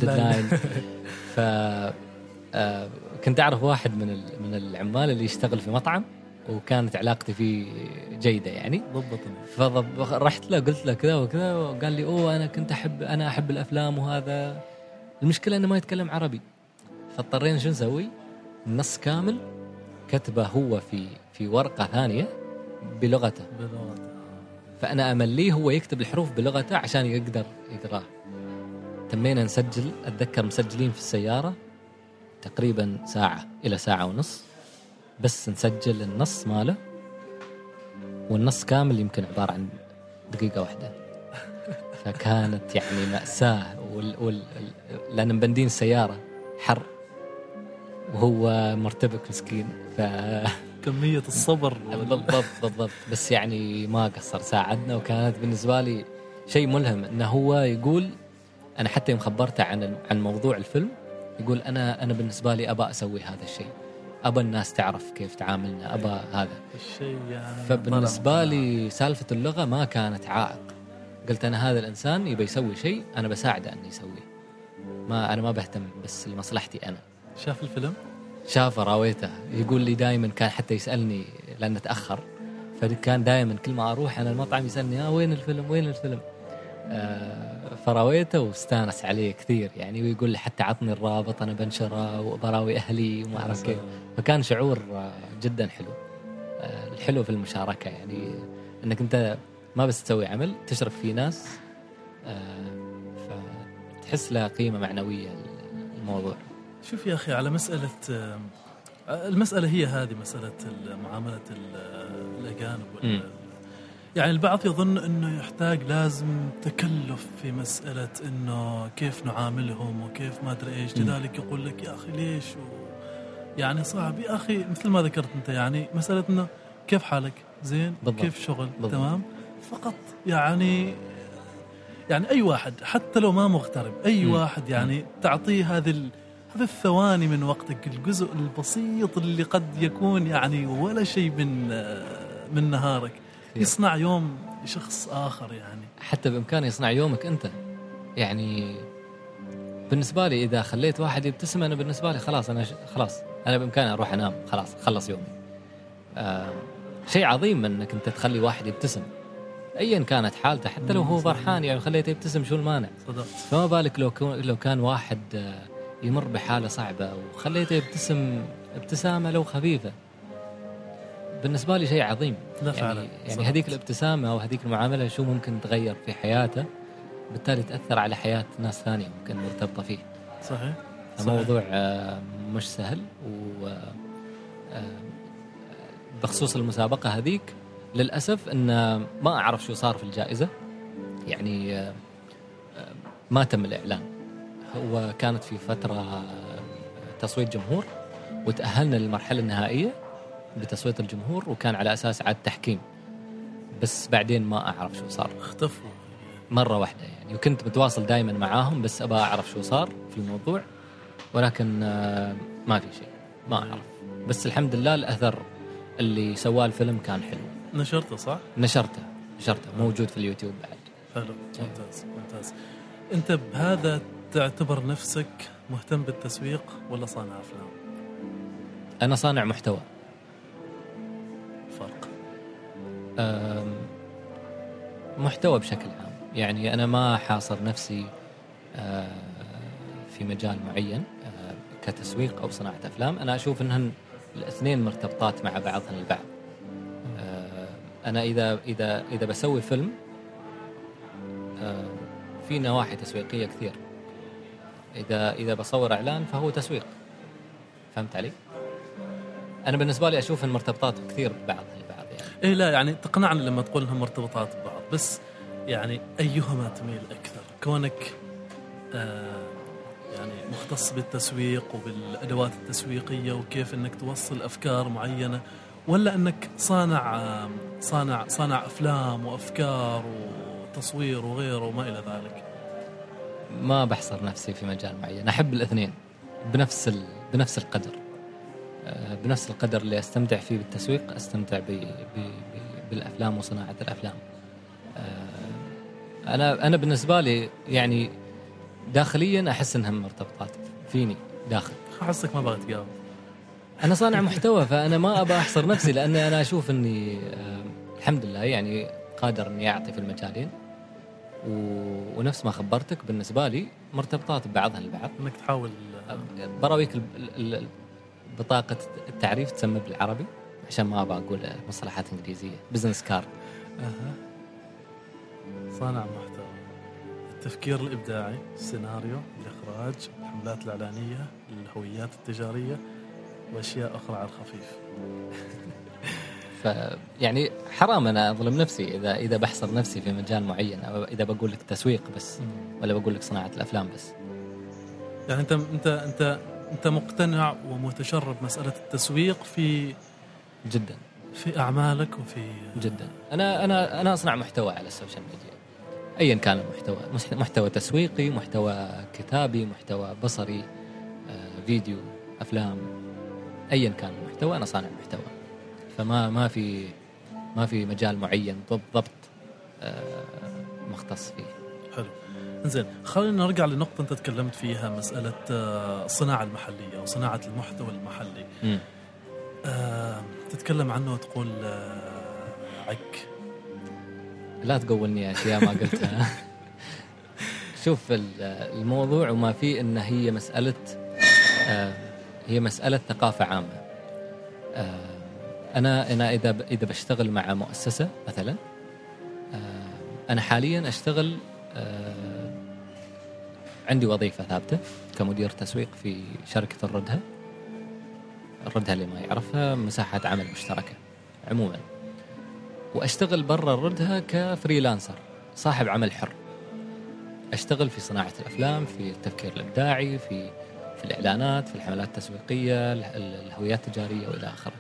كنت أعرف واحد من العمال اللي يشتغل في مطعم، وكانت علاقتي فيه جيدة يعني، فرحت له قلت له كذا وكذا، وقال لي أوه أنا أحب الأفلام، وهذا المشكلة أنه ما يتكلم عربي. فاضطرينا شو نسوي؟ النص كامل كتبه هو في ورقة ثانية بلغته، فأنا أمليه هو يكتب الحروف بلغته عشان يقدر يقراه. تمينا نسجل، أتذكر مسجلين في السيارة تقريبا ساعة إلى ساعة ونص بس نسجل النص ماله، والنص كامل يمكن عبارة عن دقيقة واحدة. فكانت يعني مأساة، لأن مبندين السيارة حر وهو مرتبك مسكين، كمية الصبر بالضبط. بس يعني ما قصر، ساعدنا، وكانت بالنسبة لي شيء ملهم انه هو يقول، انا حتى يوم خبرته عن موضوع الفيلم يقول انا بالنسبة لي ابى اسوي هذا الشيء، ابى الناس تعرف كيف تعاملنا، ابى هذا الشيء يعني. فبالنسبة لي سالفة اللغة ما كانت عائق، قلت انا هذا الانسان يبي يسوي شيء انا بساعده انه يسويه، انا ما بهتم بس لمصلحتي انا. شاف الفيلم؟ شافه، راويته، يقول لي دائما، كان حتى يسألني لأنه تأخر، فكان دائما كل ما أروح أنا المطعم يسألني وين الفيلم. فراويته واستانس عليه كثير يعني، ويقول لي حتى عطني الرابط أنا بنشره وبراوي أهلي وما أعرف كيف. فكان شعور جدا حلو. الحلو في المشاركة يعني أنك أنت ما بس تسوي عمل، تشرك فيه ناس، فتحس لها قيمة معنوية الموضوع. شوف يا أخي، على مسألة المسألة هي هذه مسألة معاملة الأجانب يعني البعض يظن أنه يحتاج لازم تكلف في مسألة أنه كيف نعاملهم وكيف ما أدري إيش، لذلك يقول لك يا أخي ليش يعني صعب يا أخي، مثل ما ذكرت أنت يعني مسألة أنه كيف حالك زين بالضبط. كيف شغل بالضبط. تمام فقط يعني أي واحد حتى لو ما مغترب أي واحد يعني تعطيه هذه الثواني من وقتك، الجزء البسيط اللي قد يكون يعني ولا شيء من نهارك يصنع يوم شخص آخر، يعني حتى بإمكانه يصنع يومك أنت. يعني بالنسبة لي إذا خليت واحد يبتسم أنا بالنسبة لي خلاص أنا بإمكاني أروح أنام خلاص خلص يومي. شيء عظيم أنك أنت تخلي واحد يبتسم أيا كانت حالته، حتى لو هو فرحان يعني خليته يبتسم شو المانع. فما بالك لو كان واحد يمر بحالة صعبة وخليته يبتسم ابتسامة لو خفيفة، بالنسبة لي شيء عظيم. يعني هذيك الابتسامة أو هذيك المعاملة شو ممكن تغير في حياته، بالتالي تأثر على حياة ناس ثانية ممكن مرتبطة فيه. صحيح. الموضوع مش سهل. بخصوص المسابقة هذيك للأسف أن ما أعرف شو صار في الجائزة، يعني ما تم الإعلان. هو كانت في فترة تصويت جمهور وتأهلنا للمرحلة النهائية بتصويت الجمهور، وكان على أساس عاد تحكيم، بس بعدين ما أعرف شو صار، اختفوا مرة واحدة يعني. وكنت متواصل دائما معاهم بس أبغى أعرف شو صار في الموضوع، ولكن ما في شيء، ما أعرف. بس الحمد لله الأثر اللي سواه الفيلم كان حلو. نشرته صح؟ نشرته موجود في اليوتيوب بعد. حلو ممتاز. أنت بهذا تعتبر نفسك مهتم بالتسويق ولا صانع أفلام؟ أنا صانع محتوى. فرق؟ محتوى بشكل عام، يعني أنا ما حاصر نفسي في مجال معين كتسويق أو صناعة أفلام. أنا أشوف أنهن الاثنين مرتبطات مع بعضهن البعض. أنا إذا بسوي فيلم في نواحي تسويقية كثير، إذا بصور إعلان فهو تسويق. فهمت علي؟ أنا بالنسبة لي أشوف المرتبطات كثير ببعضها البعض يعني. إيه لا يعني تقنعني لما تقول إنهم مرتبطات ببعض، بس يعني أيهما تميل أكثر كونك يعني مختص بالتسويق وبالأدوات التسويقية وكيف إنك توصل أفكار معينة، ولا إنك صانع أفلام وأفكار وتصوير وغيره وما إلى ذلك؟ ما بحصر نفسي في مجال معين، أحب الاثنين بنفس القدر. بنفس القدر اللي أستمتع فيه بالتسويق أستمتع بالأفلام وصناعة الأفلام. أنا بالنسبة لي يعني داخليا أحس إنهم مرتبطات فيني داخل. أحسك ما بغيت تجاوب. أنا صانع محتوى فأنا ما أبغى أحصر نفسي، لأن أنا أشوف إني الحمد لله يعني قادر إني أعطي في المجالين، ونفس ما خبرتك بالنسبة لي مرتبطات ببعضها البعض. إنك تحاول براويك بطاقة التعريف تسمى بالعربي عشان ما أبغى أقول مصطلحات إنجليزية. بزنس كارد. صانع محتوى، التفكير الإبداعي، السيناريو، الإخراج، الحملات الإعلانية، الهويات التجارية وأشياء أخرى على الخفيف. يعني حرام أنا أظلم نفسي إذا بحصر نفسي في مجال معين، أو إذا بقول لك تسويق بس ولا بقول لك صناعة الأفلام بس. يعني أنت مقتنع ومتشرب مسألة التسويق جدا في أعمالك وفي جدا. أنا أصنع محتوى على السوشيال ميديا أيا كان المحتوى، محتوى تسويقي، محتوى كتابي، محتوى بصري، فيديو، أفلام، أيا كان المحتوى أنا صانع محتوى. فما ما في مجال معين بالضبط مختص فيه. حلو. إنزين خلينا نرجع لنقطة أنت تكلمت فيها، مسألة الصناعة المحلية أو صناعة المحتوى المحلي. تتكلم عنه وتقول عك. لا تقولني أشياء ما قلتها. شوف الموضوع وما فيه إن هي مسألة ثقافة عامة. أنا إذا بشتغل مع مؤسسة مثلا، أنا حاليا أشتغل عندي وظيفة ثابتة كمدير تسويق في شركة الردهة. الردها اللي ما يعرفها مساحات عمل مشتركة عموما، وأشتغل برا الردها كفريلانسر صاحب عمل حر. أشتغل في صناعة الأفلام، في التفكير الإبداعي، في الإعلانات، في الحملات التسويقية، الهويات التجارية وإلى آخره.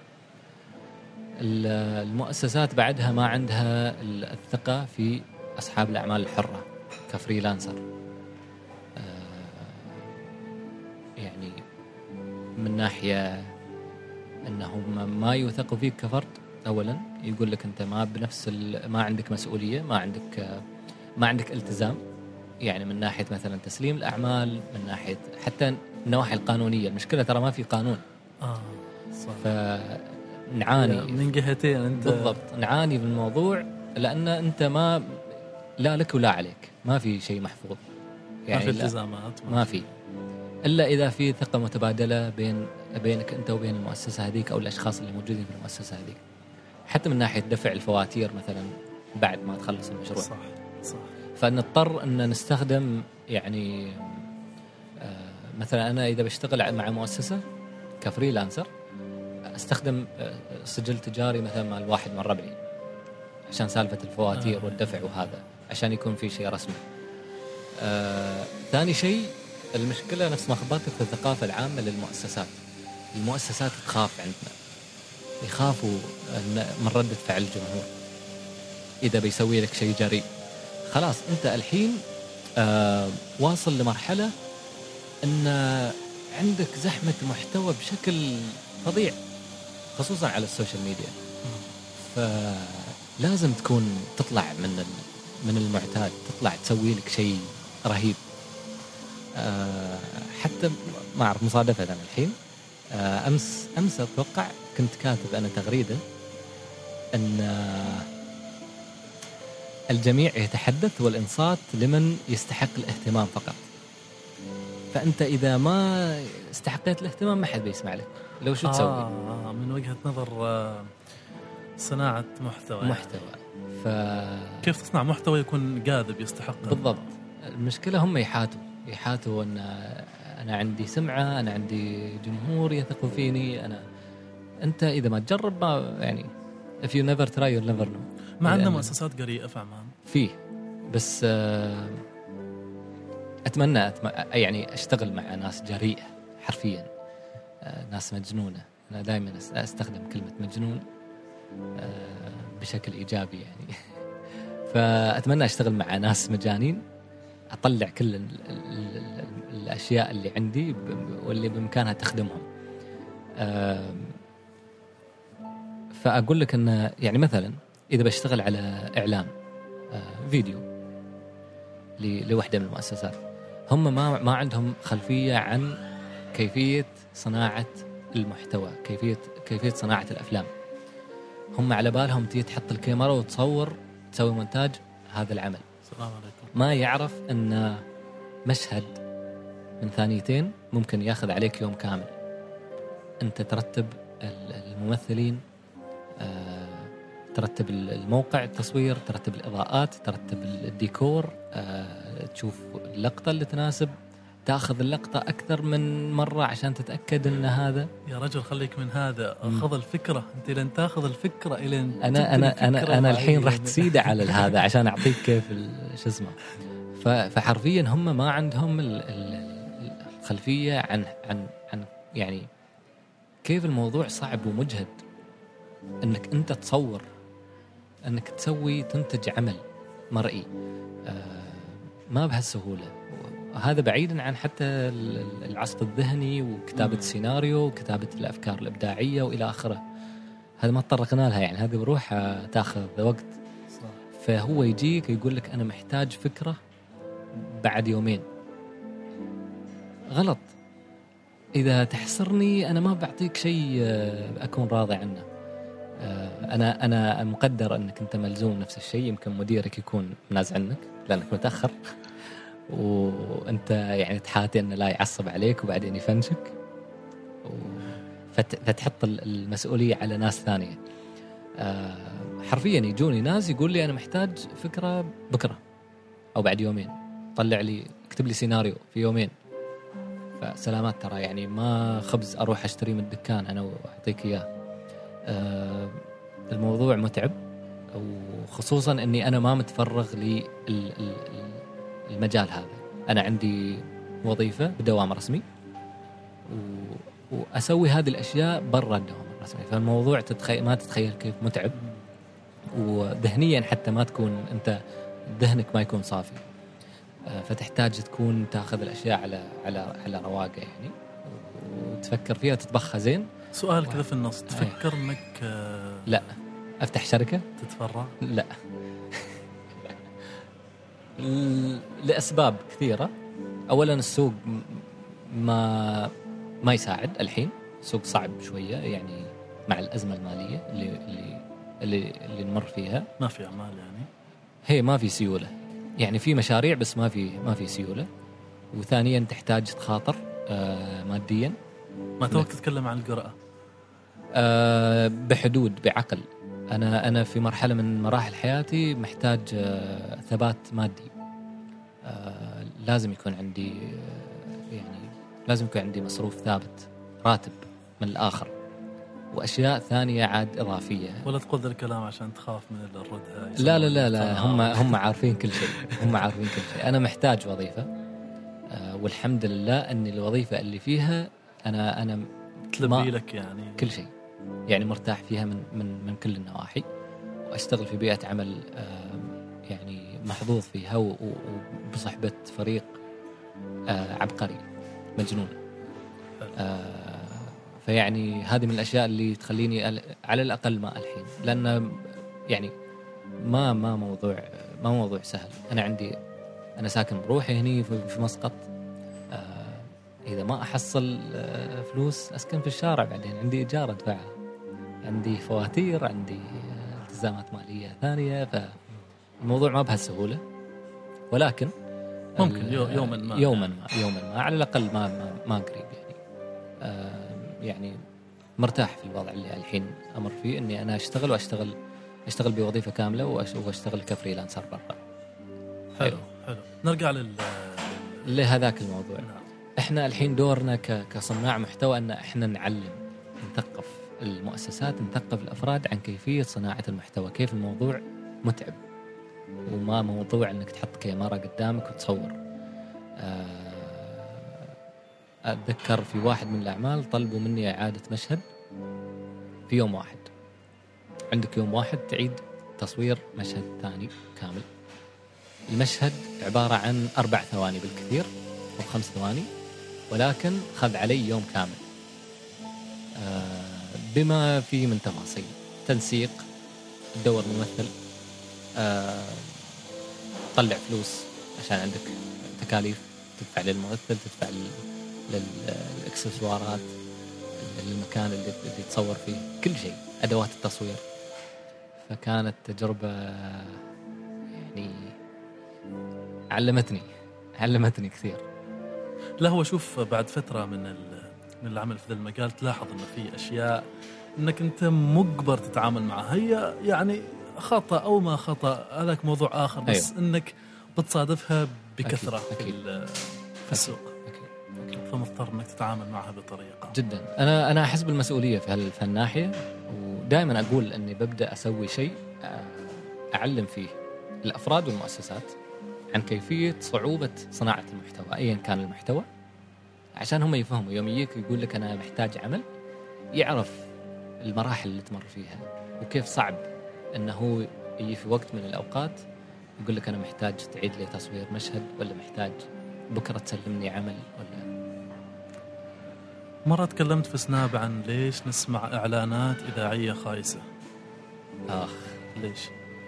المؤسسات بعدها ما عندها الثقة في أصحاب الأعمال الحرة كفريلانسر، يعني من ناحية أنهم ما يوثقوا فيك كفرد. أولا يقول لك أنت ما عندك مسؤولية، ما عندك التزام، يعني من ناحية مثلا تسليم الأعمال، من ناحية حتى النواحي القانونية. المشكلة ترى ما في قانون. صح. فنعاني من جهتين أنت. بالضبط، نعاني بالموضوع لأن أنت لا لك ولا عليك، ما في شيء محفوظ، يعني ما في التزامات، ما في، إلا إذا في ثقة متبادلة بينك أنت وبين المؤسسة هذيك أو الأشخاص اللي موجودين في المؤسسة هذيك، حتى من ناحية دفع الفواتير مثلا بعد ما تخلص المشروع. صح. فنضطر أن نستخدم يعني مثلا أنا إذا بشتغل مع مؤسسة كفريلانسر استخدم سجل تجاري مثلا مع الواحد من ربعي عشان سالفة الفواتير والدفع، وهذا عشان يكون في شيء رسمي. ثاني شيء، المشكلة نفس ما خبرتك في الثقافة العامة للمؤسسات. المؤسسات تخاف عندنا، يخافوا من ردة فعل الجمهور إذا بيسوي لك شيء جريء. خلاص أنت الحين واصل لمرحلة أن عندك زحمة محتوى بشكل فظيع، خصوصا على السوشيال ميديا، فلازم تكون تطلع من المعتاد، تطلع تسوي لك شيء رهيب. حتى ما أعرف مصادفة أنا الحين أمس أتوقع كنت كاتب أنا تغريدة أن الجميع يتحدث والإنصات لمن يستحق الاهتمام فقط. فأنت إذا ما استحقيت الاهتمام ما حد بيسمع لك، لو شو تسوي؟ من وجهة نظر صناعة محتوى. كيف تصنع محتوى يكون جاذب يستحق؟ بالضبط. المشكلة هم يحاتوا أن أنا عندي سمعة، أنا عندي جمهور يثقوا فيني. أنت إذا ما تجرب ما يعني if you never try you'll never know. ما عندنا مؤسسات جريئة في عمان فيه، بس أتمنى يعني أشتغل مع ناس جريئة حرفيا، ناس مجنونة. أنا دائما أستخدم كلمة مجنون بشكل إيجابي يعني. فأتمنى أشتغل مع ناس مجانين، أطلع كل الأشياء اللي عندي واللي بإمكانها تخدمهم. فأقول لك أن يعني مثلا إذا بشتغل على إعلان فيديو لوحدة من المؤسسات، هم ما عندهم خلفية عن كيفية صناعة المحتوى، كيفية صناعة الأفلام. هم على بالهم تيجي تحط الكاميرا وتصور، تسوي مونتاج هذا العمل. السلام عليكم. ما يعرف أن مشهد من ثانيتين ممكن ياخذ عليك يوم كامل. أنت ترتب الممثلين، ترتب الموقع التصوير، ترتب الإضاءات، ترتب الديكور، تشوف اللقطة اللي تناسب، تأخذ اللقطة أكثر من مرة عشان تتأكد أن هذا. يا رجل خليك من هذا، أخذ الفكرة، أنت لن تأخذ الفكرة إلى أنا الحين رحت سيدة على هذا عشان أعطيك كيف شو اسمه. فحرفيا هم ما عندهم الخلفية عن يعني كيف الموضوع صعب ومجهد، أنك أنت تصور، أنك تنتج عمل مرئي، ما بهالسهولة. هذا بعيدا عن حتى العصف الذهني وكتابة السيناريو وكتابة الأفكار الإبداعية وإلى آخره. هذا ما تطرقنا لها، يعني هذه بروح تأخذ وقت. فهو يجيك يقول لك أنا محتاج فكرة بعد يومين. غلط. إذا تحصرني أنا ما بعطيك شيء أكون راضي عنه. أنا مقدر أنك أنت ملزوم نفس الشيء، يمكن مديرك يكون ناز عنك لأنك متأخر، وأنت يعني تحاتي أنه لا يعصب عليك وبعدين يفنشك، فتحط المسؤولية على ناس ثانية. حرفيا يجوني ناس يقول لي أنا محتاج فكرة بكرة أو بعد يومين، طلع لي اكتب لي سيناريو في يومين. فسلامات ترى يعني ما خبز أروح أشتري من الدكان أنا وأعطيك إياه. الموضوع متعب، وخصوصا أني أنا ما متفرغ للمجال هذا. أنا عندي وظيفة بدوام رسمي وأسوي هذه الأشياء برا الدوام الرسمي، فالموضوع ما تتخيل كيف متعب، وذهنيا حتى ما تكون أنت ذهنك ما يكون صافي، فتحتاج تكون تاخذ الأشياء على رواقة يعني، وتفكر فيها تطبخها زين. سؤال كذا في النص، تفكر انك لا افتح شركة تتفرع؟ لا لأسباب كثيرة. أولا السوق ما يساعد الحين، السوق صعب شوية يعني مع الأزمة المالية اللي نمر فيها. ما في أعمال يعني، هي ما في سيولة يعني، في مشاريع بس ما في سيولة. وثانيا تحتاج تخاطر ماديا. ما توك تتكلم عن القراءة؟ بحدود بعقل. أنا في مرحلة من مراحل حياتي محتاج ثبات مادي. لازم يكون عندي لازم يكون عندي مصروف ثابت، راتب من الآخر، وأشياء ثانية عاد إضافية. ولا تقول ذا الكلام عشان تخاف من الرد هاي؟ لا لا لا لا، هم عارفين كل شيء، هم عارفين كل شيء. أنا محتاج وظيفة، والحمد لله أن الوظيفة اللي فيها أنا تلبي لك يعني كل شيء، يعني مرتاح فيها من كل النواحي، وأشتغل في بيئة عمل يعني محظوظ فيها، وبصحبة فريق عبقري مجنون. فيعني هذه من الأشياء اللي تخليني على الأقل ما الحين، لأن يعني ما موضوع سهل. أنا ساكن بروحي هني في مسقط. إذا ما أحصل فلوس أسكن في الشارع، بعدين عندي إيجار أدفعها، عندي فواتير، عندي التزامات مالية ثانية. فالموضوع ما بهالسهولة، ولكن ممكن يوما ما على الأقل ما قريب يعني مرتاح في الوضع اللي الحين أمر فيه، إني أنا أشتغل بوظيفة كاملة، وأشتغل كفريلانسر برا. حلو. نرجع لهذاك الموضوع. إحنا الحين دورنا كصناع محتوى أن إحنا نعلم، نثقف المؤسسات، نثقف الأفراد عن كيفية صناعة المحتوى، كيف الموضوع متعب، وما موضوع أنك تحط كاميرا قدامك وتصور. أتذكر في واحد من الأعمال طلبوا مني إعادة مشهد في يوم واحد. عندك يوم واحد تعيد تصوير مشهد ثاني كامل. المشهد عبارة عن 4 ثواني بالكثير أو 5 ثواني، ولكن خذ علي يوم كامل، بما فيه من تفاصيل، تنسيق، تدور ممثل، تطلع فلوس عشان عندك تكاليف، تدفع للممثل، تدفع للإكسسوارات، للمكان اللي تصور فيه، كل شيء، أدوات التصوير. فكانت تجربة يعني علمتني كثير. لا هو شوف، بعد فترة من العمل في ذا المجال تلاحظ إن في أشياء إنك أنت مجبر تتعامل معها، هي يعني خطأ أو ما خطأ هذاك موضوع آخر، بس أيوه. إنك بتصادفها بكثرة أكيد. في السوق، فمضطر إنك تتعامل معها بطريقة جدا. أنا أحس بالمسؤولية في هالناحية، ودائما أقول أني ببدأ أسوي شيء أعلم فيه الأفراد والمؤسسات عن كيفية صعوبة صناعة المحتوى أيا كان المحتوى، عشان هم يفهموا. يوم يجيك يقول لك أنا محتاج عمل، يعرف المراحل اللي تمر فيها، وكيف صعب أنه يجي في وقت من الأوقات يقول لك أنا محتاج تعيد لي تصوير مشهد، ولا محتاج بكرة تسلمني عمل. ولا مرة تكلمت في سناب عن ليش نسمع إعلانات إذاعية خايسة. ليش؟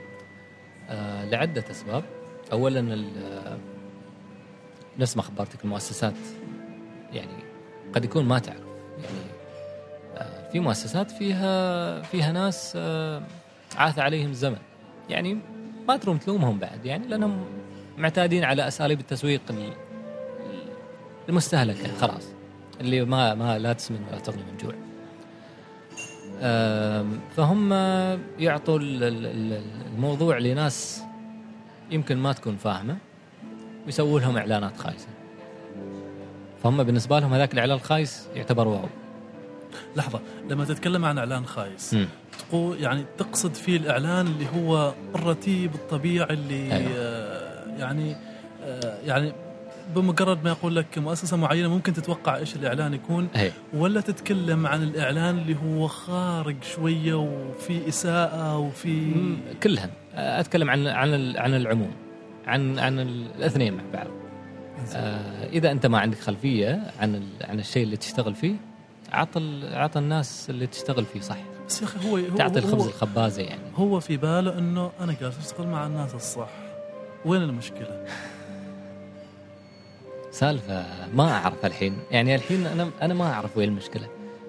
لعدة أسباب. أولا نفس ما خبرتك، المؤسسات يعني قد يكون ما تعرف، يعني في مؤسسات فيها ناس عاث عليهم الزمن، يعني ما تلومهم بعد، يعني لأنهم معتادين على أساليب التسويق المستهلكة خلاص، اللي ما لا تسمن ولا تغني من جوع. فهم يعطوا الموضوع لناس يمكن ما تكون فاهمة، ويسووا لهم إعلانات خايسة. فهم بالنسبة لهم هذاك الإعلان الخايس يعتبر واو. لحظة، لما تتكلم عن إعلان خايس تقول يعني تقصد فيه الإعلان اللي هو الرتيب الطبيعي اللي أيوة. يعني بمجرد ما يقول لك مؤسسة معينة ممكن تتوقع إيش الإعلان يكون أيوة. ولا تتكلم عن الإعلان اللي هو خارج شوية وفي إساءة وفي كلها. أتكلم عن العموم، عن الاثنين مع بعض. إذا أنت ما عندك خلفية عن الشيء اللي تشتغل فيه، عطى الناس اللي تشتغل فيه صح. بس يا أخي هو تعطي الخبز الخبازة يعني. هو في باله إنه أنا جالس أشتغل مع الناس الصح. وين المشكلة؟ سالفة ما أعرف الحين، يعني الحين أنا ما أعرف وين المشكلة.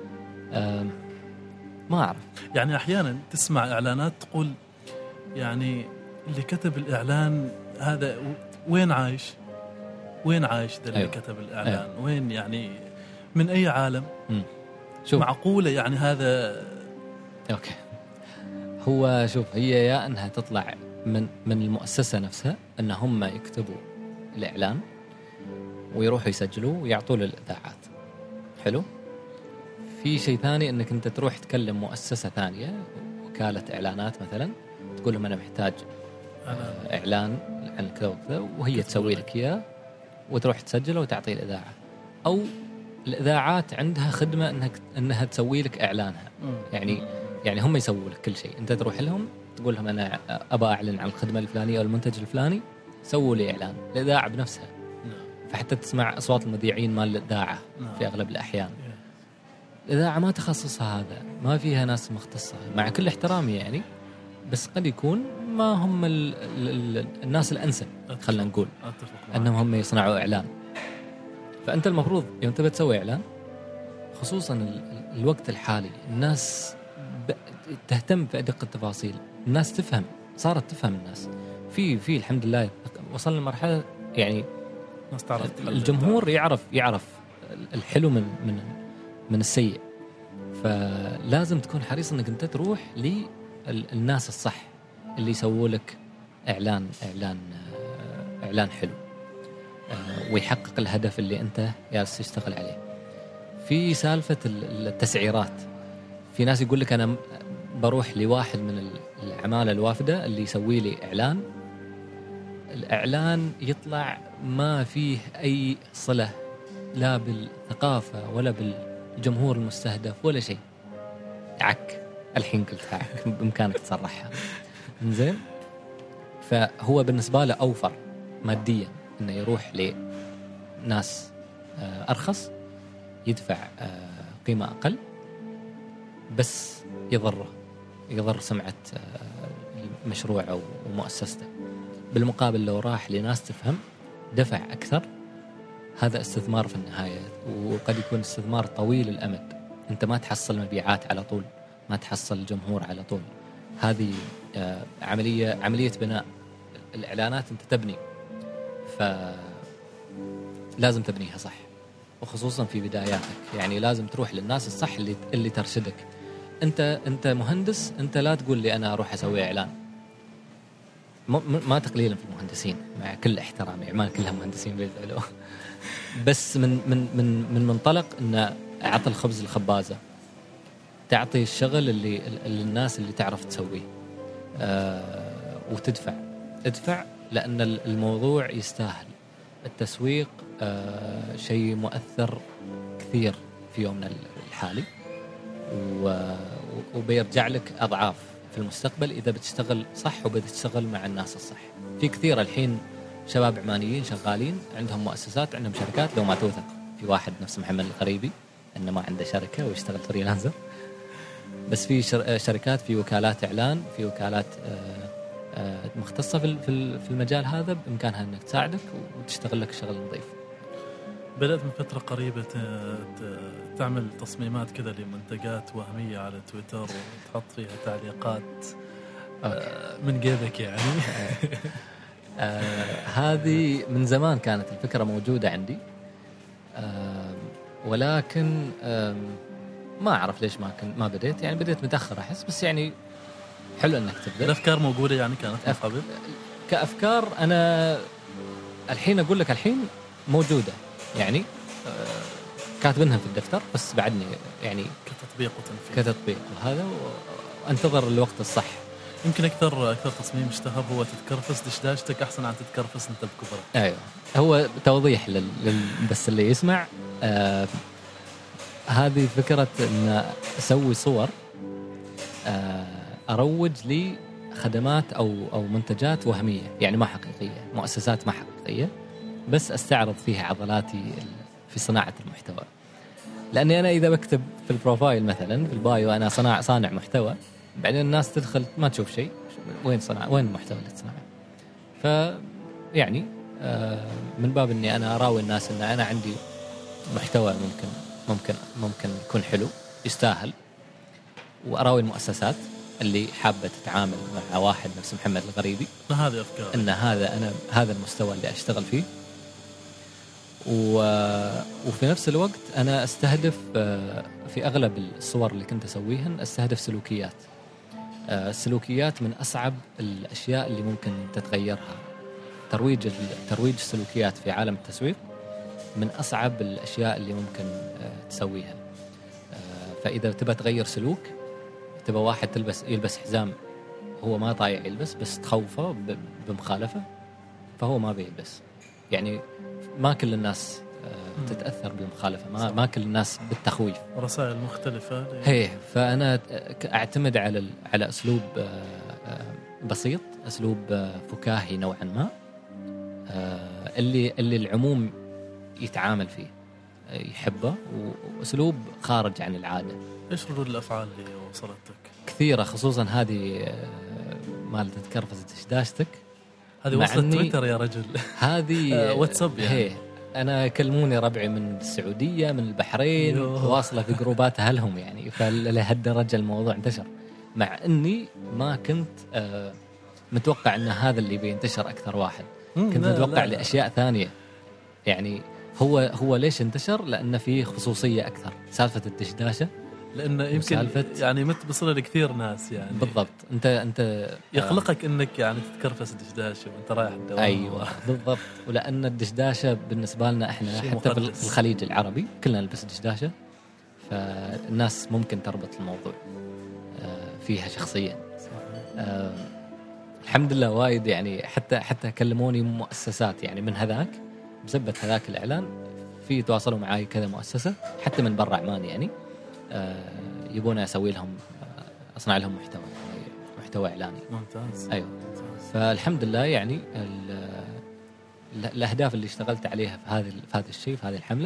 ما أعرف. يعني أحيانا تسمع إعلانات تقول يعني اللي كتب الإعلان هذا وين عايش ده اللي أيوة. كتب الإعلان أيوة. وين يعني من أي عالم؟ شوف. معقولة يعني هذا؟ أوكي. هو شوف، هي يا أنها تطلع من المؤسسة نفسها أن هم يكتبوا الإعلان ويروحوا يسجلوا ويعطوا له الإذاعات. حلو. في شيء ثاني أنك أنت تروح تكلم مؤسسة ثانية، وكالة إعلانات مثلا، تقول لهم أنا محتاج إعلان عن كذا وكذا، وهي تسوي لك إياه وتروح تسجله وتعطيه الإذاعة. أو الإذاعات عندها خدمة أنها تسوي لك إعلانها. يعني هم يسووا لك كل شيء، أنت تروح لهم تقول لهم أنا أبى أعلن عن الخدمة الفلانية أو المنتج الفلاني، سووا لي إعلان. الإذاعة بنفسها. فحتى تسمع أصوات المذيعين مال الإذاعة في أغلب الأحيان. الإذاعة ما تخصصها هذا، ما فيها ناس مختصة، مع كل احترامي يعني، بس قد يكون ما هم الناس الأنسب. خلنا نقول أنهم هم يصنعوا إعلان. فأنت المفروض يوم تبي تسوي إعلان، خصوصا الوقت الحالي، الناس تهتم في أدق التفاصيل، الناس تفهم، صارت تفهم الناس في الحمد لله وصلنا لمرحلة يعني الجمهور يعرف الحلو من السيء. فلازم تكون حريص انك انت تروح للناس الصح اللي يسووا لك اعلان حلو ويحقق الهدف اللي انت جالس تشتغل عليه. في سالفة التسعيرات، في ناس يقول لك انا بروح لواحد من العمالة الوافدة اللي يسوي لي الإعلان يطلع ما فيه أي صلة لا بالثقافة ولا بالجمهور المستهدف ولا شيء. عك الحين قلت عك بإمكانك تصرحها. إنزين، فهو بالنسبة له أوفر ماديا إنه يروح لناس أرخص، يدفع قيمة أقل، بس يضر سمعة المشروع أو مؤسسته. بالمقابل لو راح لناس تفهم دفع أكثر، هذا استثمار في النهاية، وقد يكون استثمار طويل الأمد. أنت ما تحصل مبيعات على طول، ما تحصل جمهور على طول. هذه عملية بناء الإعلانات. أنت تبني، فلازم تبنيها صح، وخصوصا في بداياتك. يعني لازم تروح للناس الصح اللي ترشدك. أنت مهندس، أنت لا تقول لي أنا أروح أسوي إعلان. ما تقليلا في المهندسين، مع كل احترامي، ما كلها مهندسين بالفعل، بس من منطلق ان اعطي الخبز الخبازه، تعطي الشغل اللي الناس اللي تعرف تسويه، ادفع لان الموضوع يستاهل. التسويق شيء مؤثر كثير في يومنا الحالي، وبيرجع لك اضعاف في المستقبل إذا بتشتغل صح وبتشتغل مع الناس الصح. في كثير الحين شباب عمانيين شغالين عندهم مؤسسات، عندهم شركات، لو ما توثق. في واحد نفس محمد الغريبي إنه ما عنده شركة ويشتغل فريلانسر، بس في شركات، في وكالات إعلان، في وكالات مختصة في المجال هذا، بإمكانها إنك تساعدك وتشتغل لك شغل نظيف. بدأت من فترة قريبة تعمل تصميمات كذا لمنتجات وهمية على تويتر وتحط فيها تعليقات من جيبك يعني. هذه من زمان كانت الفكرة موجودة عندي، ولكن ما أعرف ليش ما بديت. يعني بديت متأخر أحس، بس يعني حلو أنك تبدأ. الأفكار موجودة يعني كانت من قبل كأفكار. أنا الحين أقول لك الحين موجودة، يعني كاتبينها في الدفتر بس بعدني يعني كتطبيق وتنفيذ كتطبيق وهذا، وانتظر الوقت الصح. يمكن أكثر تصميم اشتهر هو تتكرفس دشداشتك أحسن عن تتكرفس أنت بكبرك. أيوة، هو توضيح بس اللي يسمع. هذه فكرة أن أسوي صور أروج لي خدمات أو منتجات وهمية، يعني ما حقيقية، مؤسسات ما حقيقية، بس أستعرض فيها عضلاتي في صناعة المحتوى. لأني أنا إذا بكتب في البروفايل مثلا في البايو أنا صانع محتوى، بعدين الناس تدخل ما تشوف شيء، وين المحتوى اللي تصنعه. فيعني من باب أني أنا أراوي الناس أن أنا عندي محتوى ممكن يكون حلو يستاهل، وأراوي المؤسسات اللي حابة تتعامل مع واحد نفس محمد الغريبي، هذه أفكار أن هذا المستوى اللي أشتغل فيه. وفي نفس الوقت أنا أستهدف في أغلب الصور اللي كنت أسويها أستهدف سلوكيات. السلوكيات من أصعب الأشياء اللي ممكن تتغيرها. ترويج السلوكيات في عالم التسويق من أصعب الأشياء اللي ممكن تسويها. فإذا تبى تغير سلوك، تبى واحد يلبس حزام هو ما طايع يلبس بس تخوفه بمخالفة، فهو ما بيلبس. يعني ما كل الناس تتأثر بالمخالفة، ما كل الناس بالتخويف، رسائل مختلفة هي. فأنا أعتمد على أسلوب بسيط، أسلوب فكاهي نوعا ما، اللي العموم يتعامل فيه يحبه، وأسلوب خارج عن العادة. إيش ردود الأفعال اللي وصلتك؟ كثيرة، خصوصا هذه مال تتكرفس دشداشتك. هذه وصلت تويتر يا رجل. هذه واتساب يعني. هي أنا كلموني ربعي من السعودية، من البحرين، واصلة في جروبات أهلهم يعني. فلهالدرجة الموضوع انتشر، مع أني ما كنت متوقع أن هذا اللي بينتشر أكثر واحد. كنت متوقع لأشياء ثانية. يعني هو ليش انتشر؟ لأن فيه خصوصية أكثر، سالفة الدشداشة، لأنه يمكن يعني بصل لكثير ناس يعني. بالضبط. أنت يخلقك إنك يعني تتكرفس دشداشة وأنت رايح الدوام. أيوة بالضبط. ولأن الدشداشة بالنسبة لنا إحنا حتى في الخليج العربي كلنا نلبس دشداشة، فالناس ممكن تربط الموضوع فيها شخصيا. الحمد لله وايد يعني، حتى كلموني مؤسسات يعني من هذاك، بسبب هذاك الإعلان في تواصلوا معي كذا مؤسسة حتى من برا عمان يعني، يبوني أسوي لهم أصنع لهم محتوى إعلاني. ممتاز. أيوة. فالحمد لله يعني الأهداف اللي اشتغلت عليها في هذا الشيء، في هذه الحملة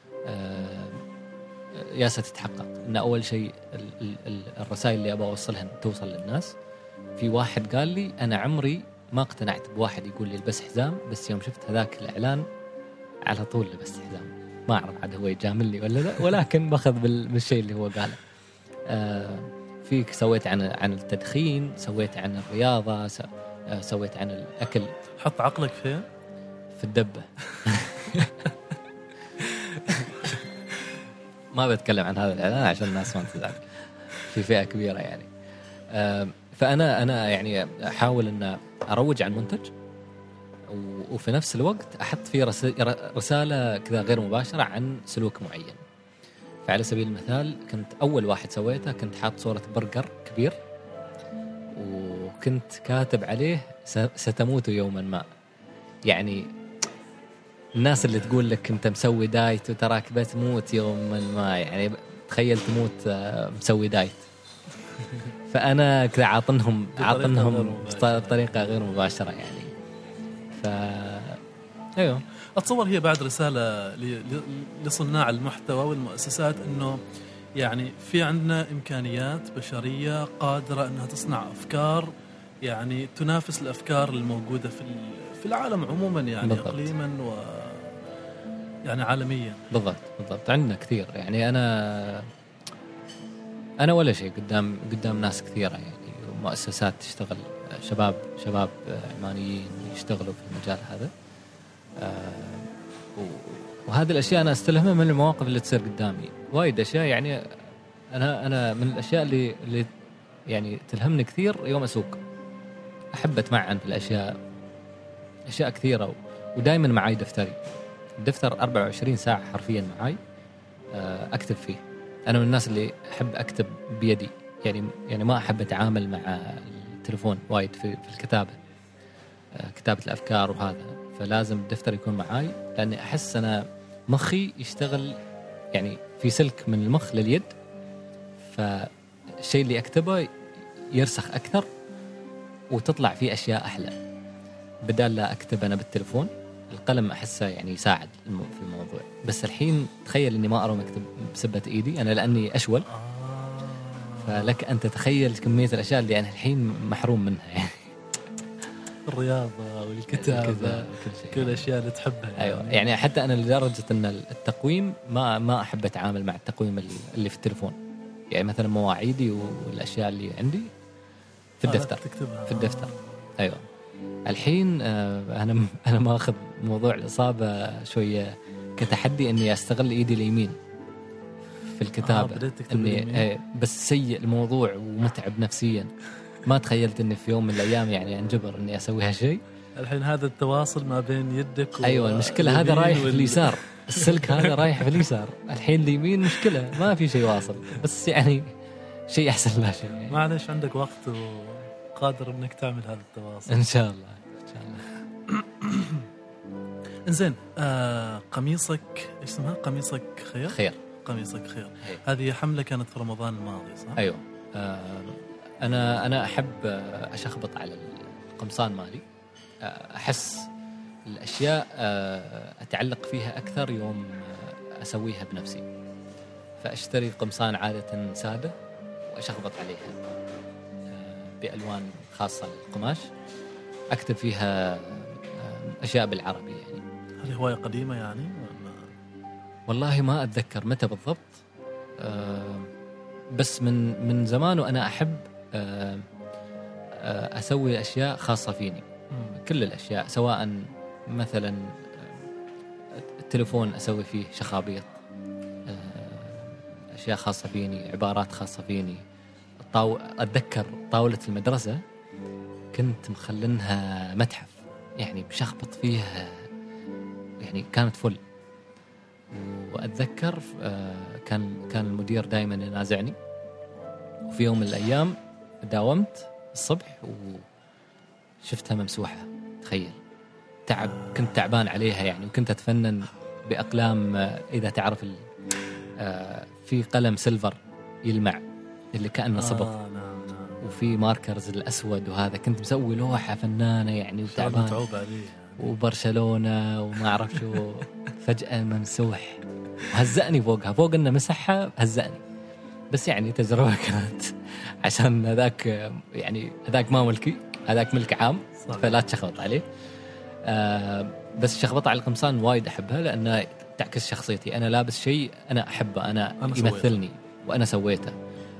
ياسة تتحقق. إن أول شيء الرسائل اللي أبغى أوصلها توصل للناس. في واحد قال لي أنا عمري ما اقتنعت بواحد يقول لي البس حزام، بس يوم شفت هذاك الإعلان على طول لبست حزام. ما أعرف عاد هو يجاملني ولا لا، ولكن باخذ بالشيء اللي هو قاله. فيك سويت عن التدخين، سويت عن الرياضة، سويت عن الأكل. حط عقلك فين؟ في الدبة. ما بتكلم عن هذا الإعلان عشان الناس ما تزعل، في فئة كبيرة يعني. فأنا يعني أحاول أن أروج عن منتج، وفي نفس الوقت أحط فيه رسالة كذا غير مباشرة عن سلوك معين. فعلى سبيل المثال كنت أول واحد سويته كنت حاط صورة برجر كبير، وكنت كاتب عليه ستموت يوما ما. يعني الناس اللي تقول لك أنت مسوي دايت وتراك بتموت يوما ما، يعني تخيل تموت مسوي دايت. فأنا كذا عاطنهم بطريقة غير مباشرة يعني. أيوه، أتصور هي بعد رسالة لصناع المحتوى والمؤسسات إنه يعني في عندنا إمكانيات بشرية قادرة أنها تصنع أفكار يعني تنافس الأفكار الموجودة في العالم عموما يعني. بالضبط. إقليما يعني عالميا. بالضبط عندنا كثير يعني. أنا ولا شيء قدام ناس كثيرة يعني، مؤسسات تشتغل، شباب عمانيين يشتغلوا في المجال هذا. وهذه الأشياء أنا أستلهمها من المواقف اللي تصير قدامي. وايد أشياء يعني. أنا من الأشياء اللي يعني تلهمني كثير يوم أسوق، أحب أتمعن في الأشياء كثيرة. ودائما معي دفتري، الدفتر 24 ساعة حرفيا معي، أكتب فيه. أنا من الناس اللي أحب أكتب بيدي، يعني ما أحب أتعامل مع التلفون وايد في الكتابة، كتابة الأفكار وهذا. فلازم الدفتر يكون معاي، لأني أحس أنا مخي يشتغل يعني في سلك من المخ لليد، فالشيء اللي أكتبه يرسخ أكثر وتطلع فيه أشياء أحلى، بدال لا أكتب أنا بالتلفون. القلم أحسه يعني يساعد في الموضوع. بس الحين تخيل إني ما أروم أكتب بسبة إيدي أنا لأني أشول. فلك أن تتخيل كمية الأشياء اللي أنا الحين محروم منها يعني. الرياضة والكتابة كل الأشياء اللي تحبها يعني. أيوة، يعني حتى أنا لدرجة أن التقويم ما أحب أتعامل مع التقويم اللي في التلفون. يعني مثلا مواعيدي والأشياء اللي عندي في الدفتر، في الدفتر. أيوة. الحين أنا ما أخذ موضوع الإصابة شوية كتحدي إني أستغل إيدي اليمين في الكتابة. إني بس سيء الموضوع ومتعب نفسيا. ما تخيلت إني في يوم من الأيام يعني أنجبر إني أسوي هالشيء. الحين هذا التواصل ما بين يدك أيوة، المشكلة هذا رايح في اليسار، السلك هذا رايح في اليسار. الحين اليمين مشكلة، ما في شيء واصل، بس يعني شيء أحسن لا شيء يعني. معلش عندك وقت وقادر إنك تعمل هذا التواصل إن شاء الله. إن شاء الله. إنزين، قميصك إيش اسمها؟ قميصك خير. قميصك خير. هذه حملة كانت في رمضان الماضي صح؟ أيوة. أنا أحب أشخبط على القمصان مالي. أحس الأشياء أتعلق فيها أكثر يوم أسويها بنفسي. فأشتري قمصان عادة سادة وأشخبط عليها بألوان خاصة للقماش، أكتب فيها أشياء بالعربي يعني. هل هواية قديمة يعني؟ والله ما أتذكر متى بالضبط، بس من زمان وأنا أحب أسوي أشياء خاصة فيني. كل الأشياء، سواء مثلا التلفون أسوي فيه شخابيط، أشياء خاصة فيني، عبارات خاصة فيني. أتذكر طاولة المدرسة كنت مخلنها متحف، يعني بشخبط فيها يعني كانت فل. وأتذكر كان المدير دائما ينازعني، وفي يوم من الأيام داومت الصبح وشفتها ممسوحة. تخيل كنت تعبان عليها يعني، وكنت أتفنن بأقلام. إذا تعرف في قلم سيلفر يلمع اللي كأنه صبغ، وفي ماركرز الأسود، وهذا كنت مسوي لوحة فنانة يعني، وتعبان وبرشلونة وما أعرف شو. فجأة ممسوح وهزأني فوق إنه مسحها، هزأني. بس يعني تجربة كانت، عشان هذاك ما ملكي، هذاك ملك عام صح. فلا تشخبط عليه. بس شخبط على القمصان وايد أحبها، لأنها تعكس شخصيتي. أنا لابس شيء أنا أحبه، أنا يمثلني وأنا سويته.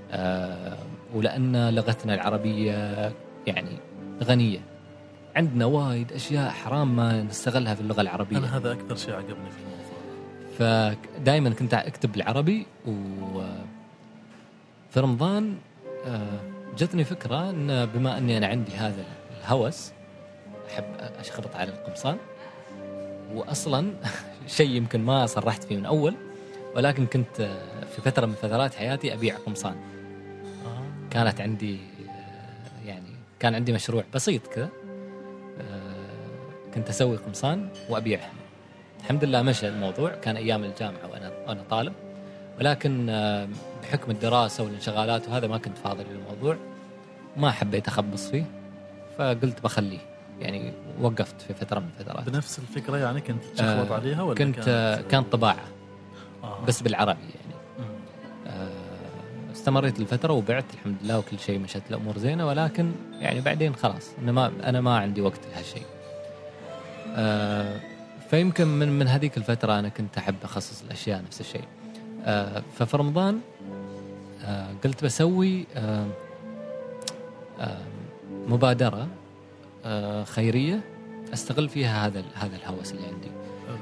ولأن لغتنا العربية يعني غنية، عندنا وايد أشياء حرام ما نستغلها في اللغة العربية. أنا هذا أكثر شيء عجبني في الموضوع. فدائما كنت أكتب بالعربي. وفي رمضان جتني فكرة إن بما أني أنا عندي هذا الهوس، أحب أشخبط على القمصان. وأصلا شيء يمكن ما صرحت فيه من أول، ولكن كنت في فترة من فترات حياتي أبيع قمصان. كانت عندي يعني كان عندي مشروع بسيط كذا، كنت أسوي قمصان وأبيعها. الحمد لله مشى الموضوع. كان أيام الجامعة وأنا طالب، ولكن بحكم الدراسة والانشغالات وهذا ما كنت فاضي للموضوع، ما حبيت أخبص فيه، فقلت بخليه. يعني وقفت في فترة من فترات. بنفس الفكرة يعني كنت تشخبط عليها ولا كانت طباعة بس بالعربي يعني. استمريت الفترة وبعت الحمد لله، وكل شيء مشت الأمور زينة. ولكن يعني بعدين خلاص أنا ما عندي وقت لهالشيء. فيمكن من هذيك الفترة أنا كنت أحب أخصص الأشياء نفس الشيء. ففي رمضان قلت بسوي مبادرة خيرية أستغل فيها هذا الهوس اللي عندي،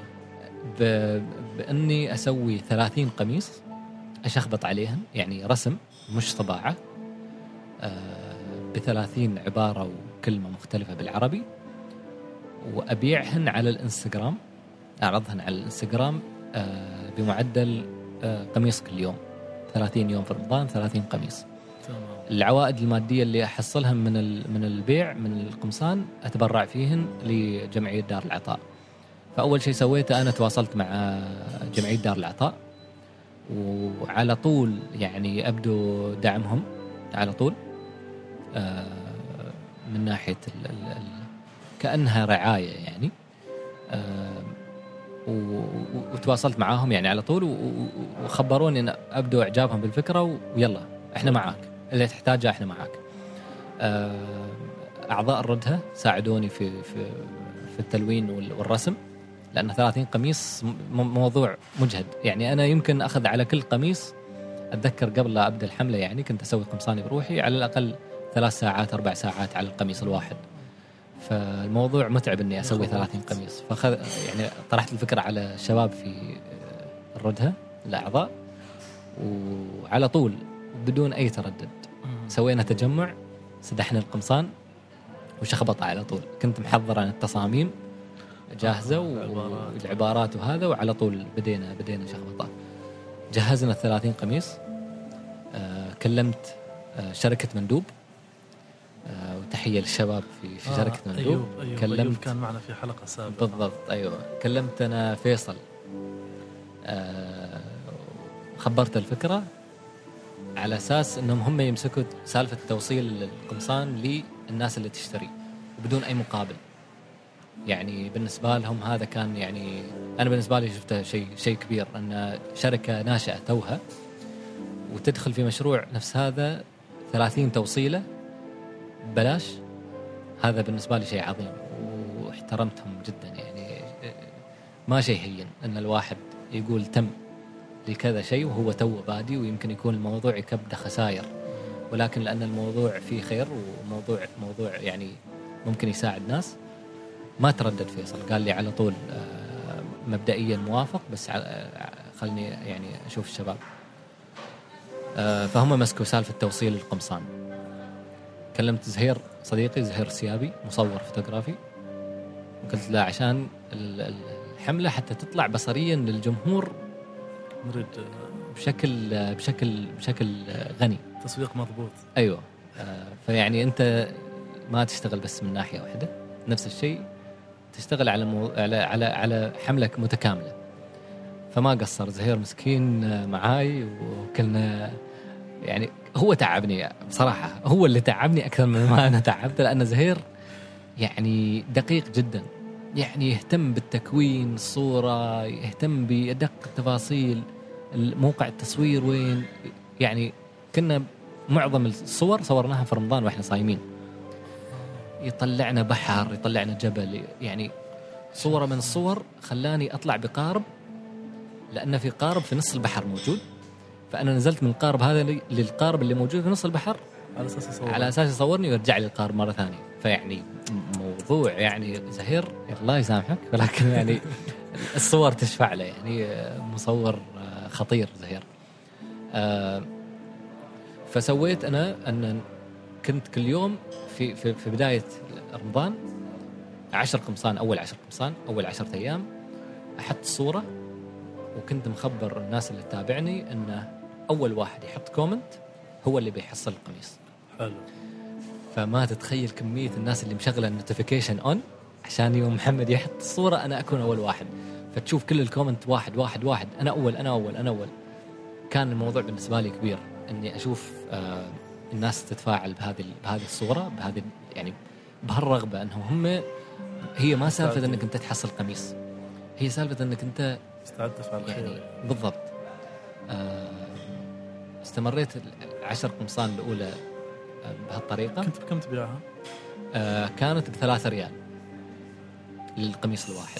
بأني أسوي 30 قميص أشخبط عليهم، يعني رسم مش طباعة، ب30 عبارة وكلمة مختلفة بالعربي، وأبيعهن على الإنستغرام، أعرضهن على الإنستغرام بمعدل قميص كل يوم، 30 يوم في رمضان 30 قميص. تمام. العوائد المادية اللي أحصلها من البيع من القمصان أتبرع فيهن لجمعية دار العطاء. فأول شيء سويته أنا تواصلت مع جمعية دار العطاء، وعلى طول يعني أبدو دعمهم على طول من ناحية كأنها رعاية يعني. وتواصلت معاهم يعني على طول، وخبروني أن أبدو إعجابهم بالفكرة، ويلا إحنا معاك، اللي تحتاجه إحنا معاك. أعضاء الردهة ساعدوني في التلوين والرسم، لأن 30 قميص موضوع مجهد يعني. أنا يمكن أخذ على كل قميص، أتذكر قبل لا أبدأ الحملة يعني كنت أسوي قمصاني بروحي على الأقل 3 ساعات 4 ساعات على القميص الواحد. فالموضوع متعب إني أسوي 30 قميص. يعني طرحت الفكرة على الشباب في الردهة الأعضاء، وعلى طول بدون أي تردد سوينا تجمع، سدحنا القمصان وشخبطة على طول. كنت محضر عن التصاميم جاهزة والعبارات وهذا، وعلى طول بدينا شخبطة. جهزنا 30 قميص. كلمت شركة مندوب، وتحية للشباب في شركة مندوب. أيوب كان معنا في حلقة سابقة. بالضبط أيوة. كلمت أنا فيصل، خبرت الفكرة على أساس أنهم هم يمسكوا سالفة توصيل القمصان للناس اللي تشتري بدون أي مقابل. يعني بالنسبة لهم هذا كان يعني، أنا بالنسبة لي شفته شيء كبير، أن شركة ناشئة توها وتدخل في مشروع نفس هذا 30 توصيلة بلاش. هذا بالنسبة لي شيء عظيم، واحترمتهم جدا يعني. ما شيء هين أن الواحد يقول تم لكذا شيء وهو تو بادي، ويمكن يكون الموضوع يكبد خسائر، ولكن لأن الموضوع فيه خير وموضوع يعني ممكن يساعد ناس، ما تردد فيصل. قال لي على طول مبدئيا موافق، بس خلني يعني أشوف الشباب. فهم مسكوا سالفة توصيل القمصان. كلمت زهير صديقي، زهير السيابي، مصور فوتوغرافي، وقلت له عشان الحملة حتى تطلع بصريا للجمهور نريد بشكل غني، تسويق مضبوط. أيوة. فيعني أنت ما تشتغل بس من ناحية واحدة، نفس الشيء تشتغل على حملك متكاملة. فما قصر زهير مسكين معاي، وكلنا يعني هو تعبني بصراحة، هو اللي تعبني أكثر من ما أنا تعبت، لأن زهير يعني دقيق جدا، يعني يهتم بالتكوين الصورة، يهتم بأدق التفاصيل، موقع التصوير وين. يعني كنا معظم الصور صورناها في رمضان وإحنا صايمين، يطلعنا بحر، يطلعنا جبل، يعني صورة من الصور خلاني أطلع بقارب، لأن في قارب في نص البحر موجود، فأنا نزلت من القارب هذا للقارب اللي موجود في نص البحر على أساس يصورني ويرجع لي القارب مرة ثانية. فيعني موضوع يعني زهير الله يسامحك، ولكن يعني الصور تشفع له، يعني مصور خطير زهير. فسويت أنا أن كنت كل يوم في بداية رمضان 10 قمصان، أول 10 قمصان، أول 10 أيام أحط صورة، وكنت مخبر الناس اللي تتابعني أن أول واحد يحط كومنت هو اللي بيحصل القميص. حلو. فما تتخيل كمية الناس اللي مشغلة النوتيفيكيشن أون عشان يوم محمد يحط الصورة أنا أكون أول واحد، فتشوف كل الكومنت واحد واحد واحد، أنا أول أنا أول أنا أول. كان الموضوع بالنسبة لي كبير إني أشوف الناس تتفاعل بهذه الصورة، بهذه يعني بهالرغبة، أنهم هي ما سالفة أنك أنت تحصل قميص، هي سالفة أنك أنت استعد تفعل الخير يعني. بالضبط. استمريت 10 قمصان الأولى بهالطريقة. كنت بكم تبيعها؟ كانت ب3 ريال للقميص الواحد.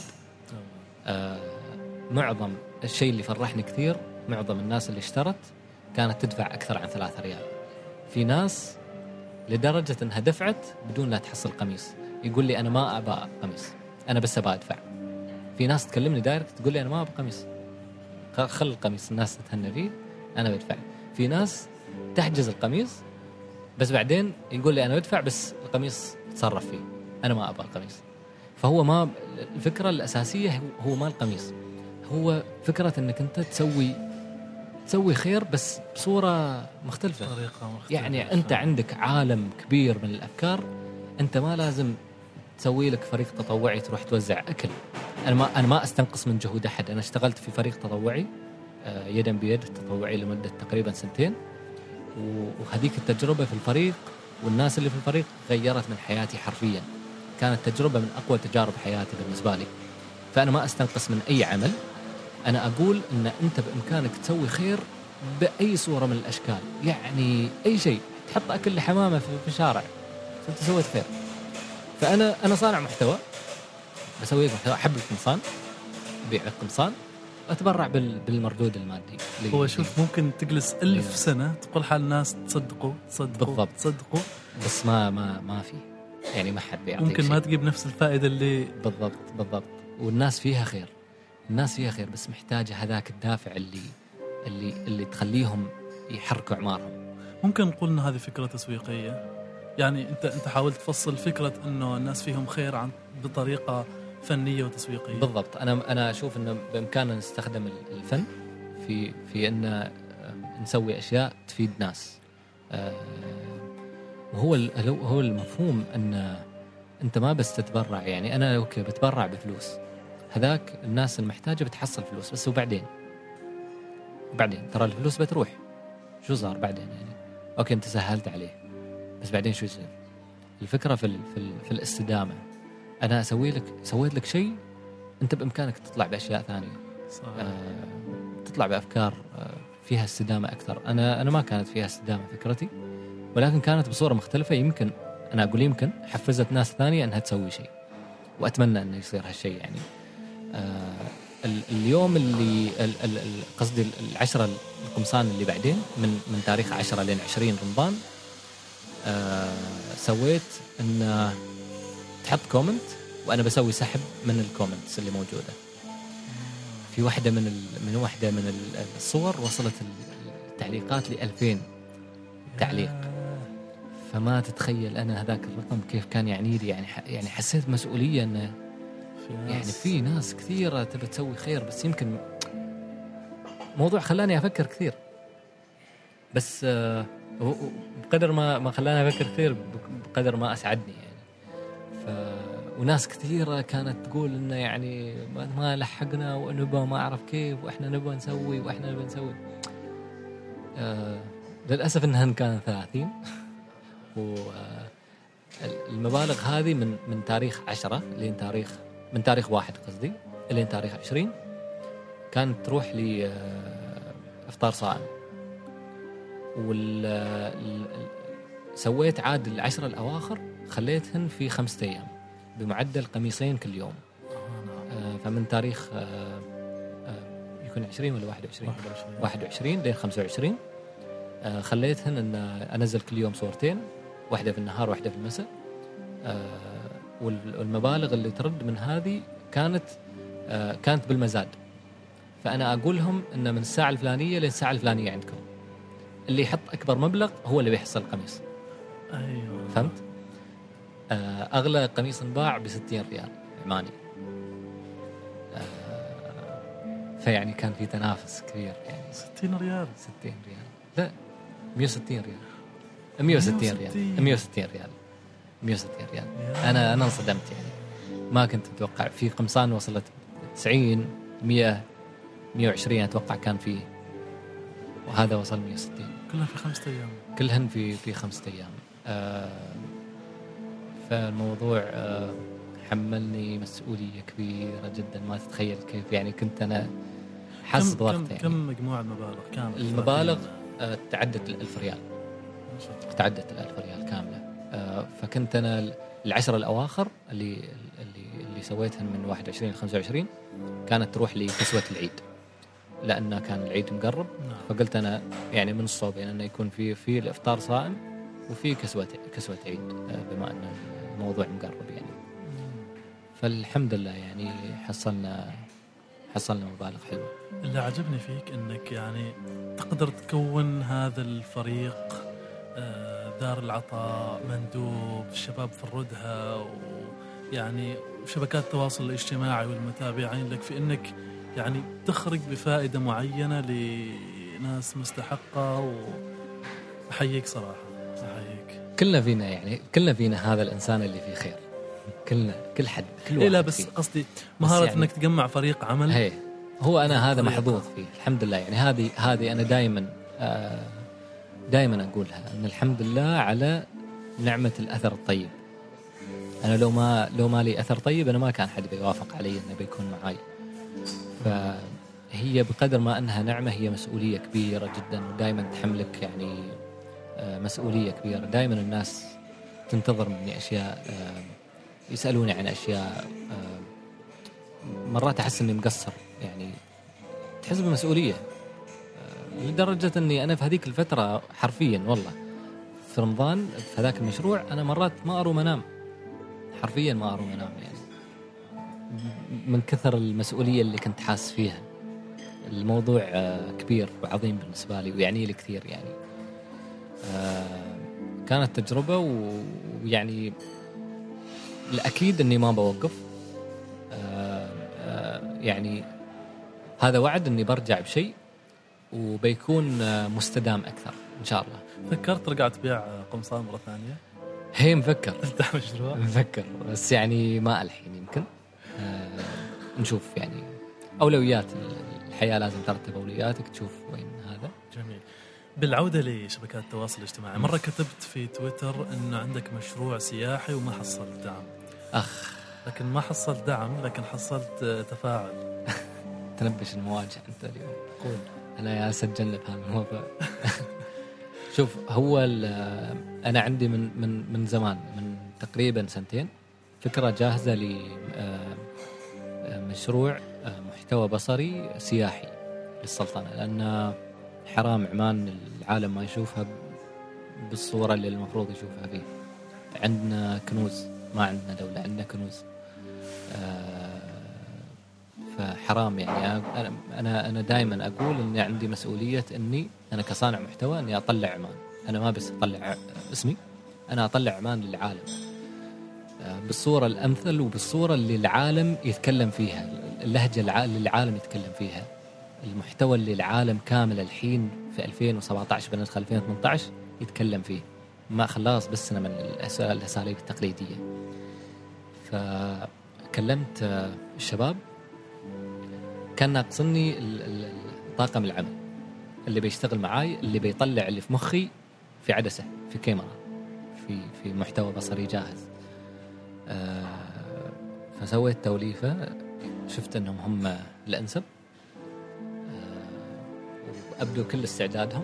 معظم الشيء اللي فرحني كثير، معظم الناس اللي اشترت كانت تدفع أكثر عن 3 ريال. في ناس لدرجة أنها دفعت بدون لا تحصل قميص، يقول لي أنا ما أبغى قميص، أنا بس أبغى أدفع. في ناس تكلمني دايركت تقول لي أنا ما أبغى قميص، خل القميص الناس تتهنى فيه، أنا بدفع. في ناس تحجز القميص بس بعدين يقول لي أنا بدفع بس القميص تصرف فيه، أنا ما أبغى القميص. فهو ما الفكرة الأساسية هو ما القميص، هو فكرة أنك أنت تسوي تسوي خير بس بصورة مختلفة، طريقة مختلفة. يعني أنت عندك عالم كبير من الأفكار، أنت ما لازم تسوي لك فريق تطوعي تروح توزع أكل. أنا ما أستنقص من جهود أحد، أنا اشتغلت في فريق تطوعي يدا بيد تطوعي لمدة تقريبا 2 سنين، وهذيك التجربة في الفريق والناس اللي في الفريق غيرت من حياتي حرفيا، كانت تجربة من أقوى تجارب حياتي بالنسبة لي. فأنا ما أستنقص من أي عمل، أنا أقول أن أنت بإمكانك تسوي خير بأي صورة من الأشكال، يعني أي شيء، تحط أكل لحمامة في الشارع أنت سويت خير. فأنا صانع محتوى، بسوي محتوى، أحب القمصان، أبيع القمصان، أتبرع بالمردود المادي. هو شوف ممكن تجلس 1000 سنة تقول حال الناس تصدقوا بالضبط. تصدقوا، بس ما في، يعني ما حد بيعطيك ممكن شيء. ما تجيب نفس الفائدة اللي بالضبط. والناس فيها خير، الناس فيها خير، بس محتاجة هذاك الدافع اللي تخليهم يحركوا أعمارهم. ممكن نقول إن هذه فكرة تسويقية، يعني أنت حاولت تفصل فكرة إنه الناس فيهم خير بطريقة فنية وتسويقية. بالضبط. أنا أشوف إنه بإمكاننا نستخدم الفن في إن نسوي أشياء تفيد ناس، وهو هو المفهوم أن أنت ما بس تتبرع، يعني أنا أوكي بتبرع بفلوس، هذاك الناس المحتاجة بتحصل فلوس بس، وبعدين ترى الفلوس بتروح، شو صار بعدين؟ يعني أوكي أنت سهلت عليه، بس بعدين شو يصير؟ الفكرة في الاستدامة. أنا سويت لك شيء، أنت بإمكانك تطلع بأشياء ثانية، تطلع بأفكار فيها استدامة أكثر. أنا ما كانت فيها استدامة فكرتي، ولكن كانت بصورة مختلفة، يمكن أنا أقول يمكن حفزت ناس ثانية أنها تسوي شيء، وأتمنى أنه يصير هالشيء. يعني اليوم اللي قصدي 10 القمصان اللي بعدين من تاريخ 10 لين 20 رمضان، سويت أن تحط كومنت وأنا بسوي سحب من الكومنتس اللي موجودة. في واحدة من الصور وصلت التعليقات ل2000 تعليق، فما تتخيل أنا هذاك الرقم كيف كان يعني لي، يعني حسيت مسؤولية أنه يعني في ناس كثيرة تبي تسوي خير، بس يمكن موضوع خلاني أفكر كثير، بس بقدر ما خلاني أفكر كثير بقدر ما أسعدني يعني. وناس كثيرة كانت تقول إنه يعني ما لحقنا ونبغى ما أعرف كيف، وإحنا نبغى نسوي وإحنا نبغى نسوي. للأسف إنها كانت 30 والمبالغ هذه من تاريخ 10 لين من تاريخ 1 قصدي لين تاريخ 20 كانت تروح لي إفطار صائم. سويت عاد 10 الأواخر خليتهن في 5 أيام بمعدل قميصين كل يوم. فمن تاريخ يكون 20 ولا 21 لين 25 خليتهن أن أنزل كل يوم صورتين، واحدة في النهار واحدة في المساء. والمبالغ اللي ترد من هذه كانت بالمزاد. فأنا أقول لهم أن من الساعة الفلانية للساعة الفلانية عندكم، اللي يحط أكبر مبلغ هو اللي بيحصل قميص. أيوة. فهمت؟ أغلى قميص انباع ب60 ريال عماني. فيعني كان في تنافس كبير يعني. 60 ريال لا 160 ريال 160 ريال 160 ريال 160 ريال. أنا انصدمت يعني، ما كنت أتوقع. في قمصان وصلت 90 100 120 أتوقع كان فيه، وهذا وصل 160. كلها في 5 أيام. كلهن في 5 أيام. فالموضوع حملني مسؤولية كبيرة جدا ما تتخيل كيف. يعني كنت أنا حاسس بضغط. يعني كم مجموع المبالغ كاملة؟ المبالغ تعدت 1000 ريال، تعدت 1000 ريال كاملة. فكنت أنا 10 الأواخر اللي سويتهن من 21 ل 25 كانت تروح لي كسوة العيد، لأن كان العيد مقرب. فقلت أنا يعني من الصوبين أنه يكون في الإفطار صائم وفي كسوة عيد، بما أن الموضوع مقرب يعني. فالحمد لله يعني حصلنا مبالغ حلوة. اللي عجبني فيك أنك يعني تقدر تكون هذا الفريق، دار العطاء، مندوب، الشباب في الردهة، ويعني شبكات التواصل الاجتماعي والمتابعين لك، في أنك يعني تخرج بفائدة معينة ناس مستحقة، وأحييك صراحة، أحييك. كلنا فينا هذا الإنسان اللي فيه خير، كل حد، كل واحد. لا بس فيه. قصدي مهارة يعني إنك تجمع فريق عمل. هو أنا هذا محظوظ فيه الحمد لله. يعني هذه أنا دائما أقولها، أن الحمد لله على نعمة الأثر الطيب. أنا لو ما لي أثر طيب أنا ما كان حد بيوافق علي إنه بيكون معاي. فهي بقدر ما أنها نعمة هي مسؤولية كبيرة جدا، ودائما تحملك يعني مسؤولية كبيرة. دائما الناس تنتظر مني أشياء، يسألوني عن أشياء، مرات أحس إني مقصر، يعني تحس بمسؤولية لدرجة أني أنا في هذيك الفترة حرفيا والله في رمضان في هذاك المشروع أنا مرات ما أروم أنام، حرفيا ما أروم أنام، يعني من كثر المسؤولية اللي كنت حاس فيها. الموضوع كبير وعظيم بالنسبة لي ويعني لي كثير. يعني كانت تجربة، ويعني الأكيد أني ما بوقف. يعني هذا وعد أني برجع بشيء وبيكون مستدام أكثر إن شاء الله. فكرت ترجع تبيع قمصان مرة ثانية؟ هي مفكر تفتح مشروع؟ مفكر، بس يعني ما الحين يمكن. نشوف يعني أولويات الحياة، لازم ترتب أولوياتك تشوف وين هذا. جميل. بالعودة لشبكات التواصل الاجتماعي، مرة كتبت في تويتر أن عندك مشروع سياحي وما حصلت دعم. لكن ما حصلت دعم، لكن حصلت تفاعل. تنبش المواجهة أنت اليوم. قول. أنا يا سجلنا بهذا الموضوع. شوف، هو أنا عندي من زمان، من تقريبا 2 فكرة جاهزة لمشروع محتوى بصري سياحي للسلطنة، لأن حرام عمان العالم ما يشوفها بالصورة اللي المفروض يشوفها فيه. عندنا كنوز، ما عندنا دولة، عندنا كنوز. فحرام يعني أنا دائما أقول إني عندي مسؤولية، إني أنا كصانع محتوى إني أطلع عمان. أنا ما بس أطلع اسمي، أنا أطلع عمان للعالم بالصورة الأمثل وبالصورة اللي العالم يتكلم فيها، اللهجة اللي العالم يتكلم فيها، المحتوى اللي العالم كامل الحين في 2017 بندخل 2018 يتكلم فيه، ما خلاص بسنا من الأساليب التقليدية. فكلمت الشباب، كان ناقصني طاقم العمل اللي بيشتغل معاي، اللي بيطلع اللي في مخي في عدسة، في كاميرا، في محتوى بصري جاهز. فسويت توليفة، شفت أنهم هم الأنسب، وأبدوا كل استعدادهم.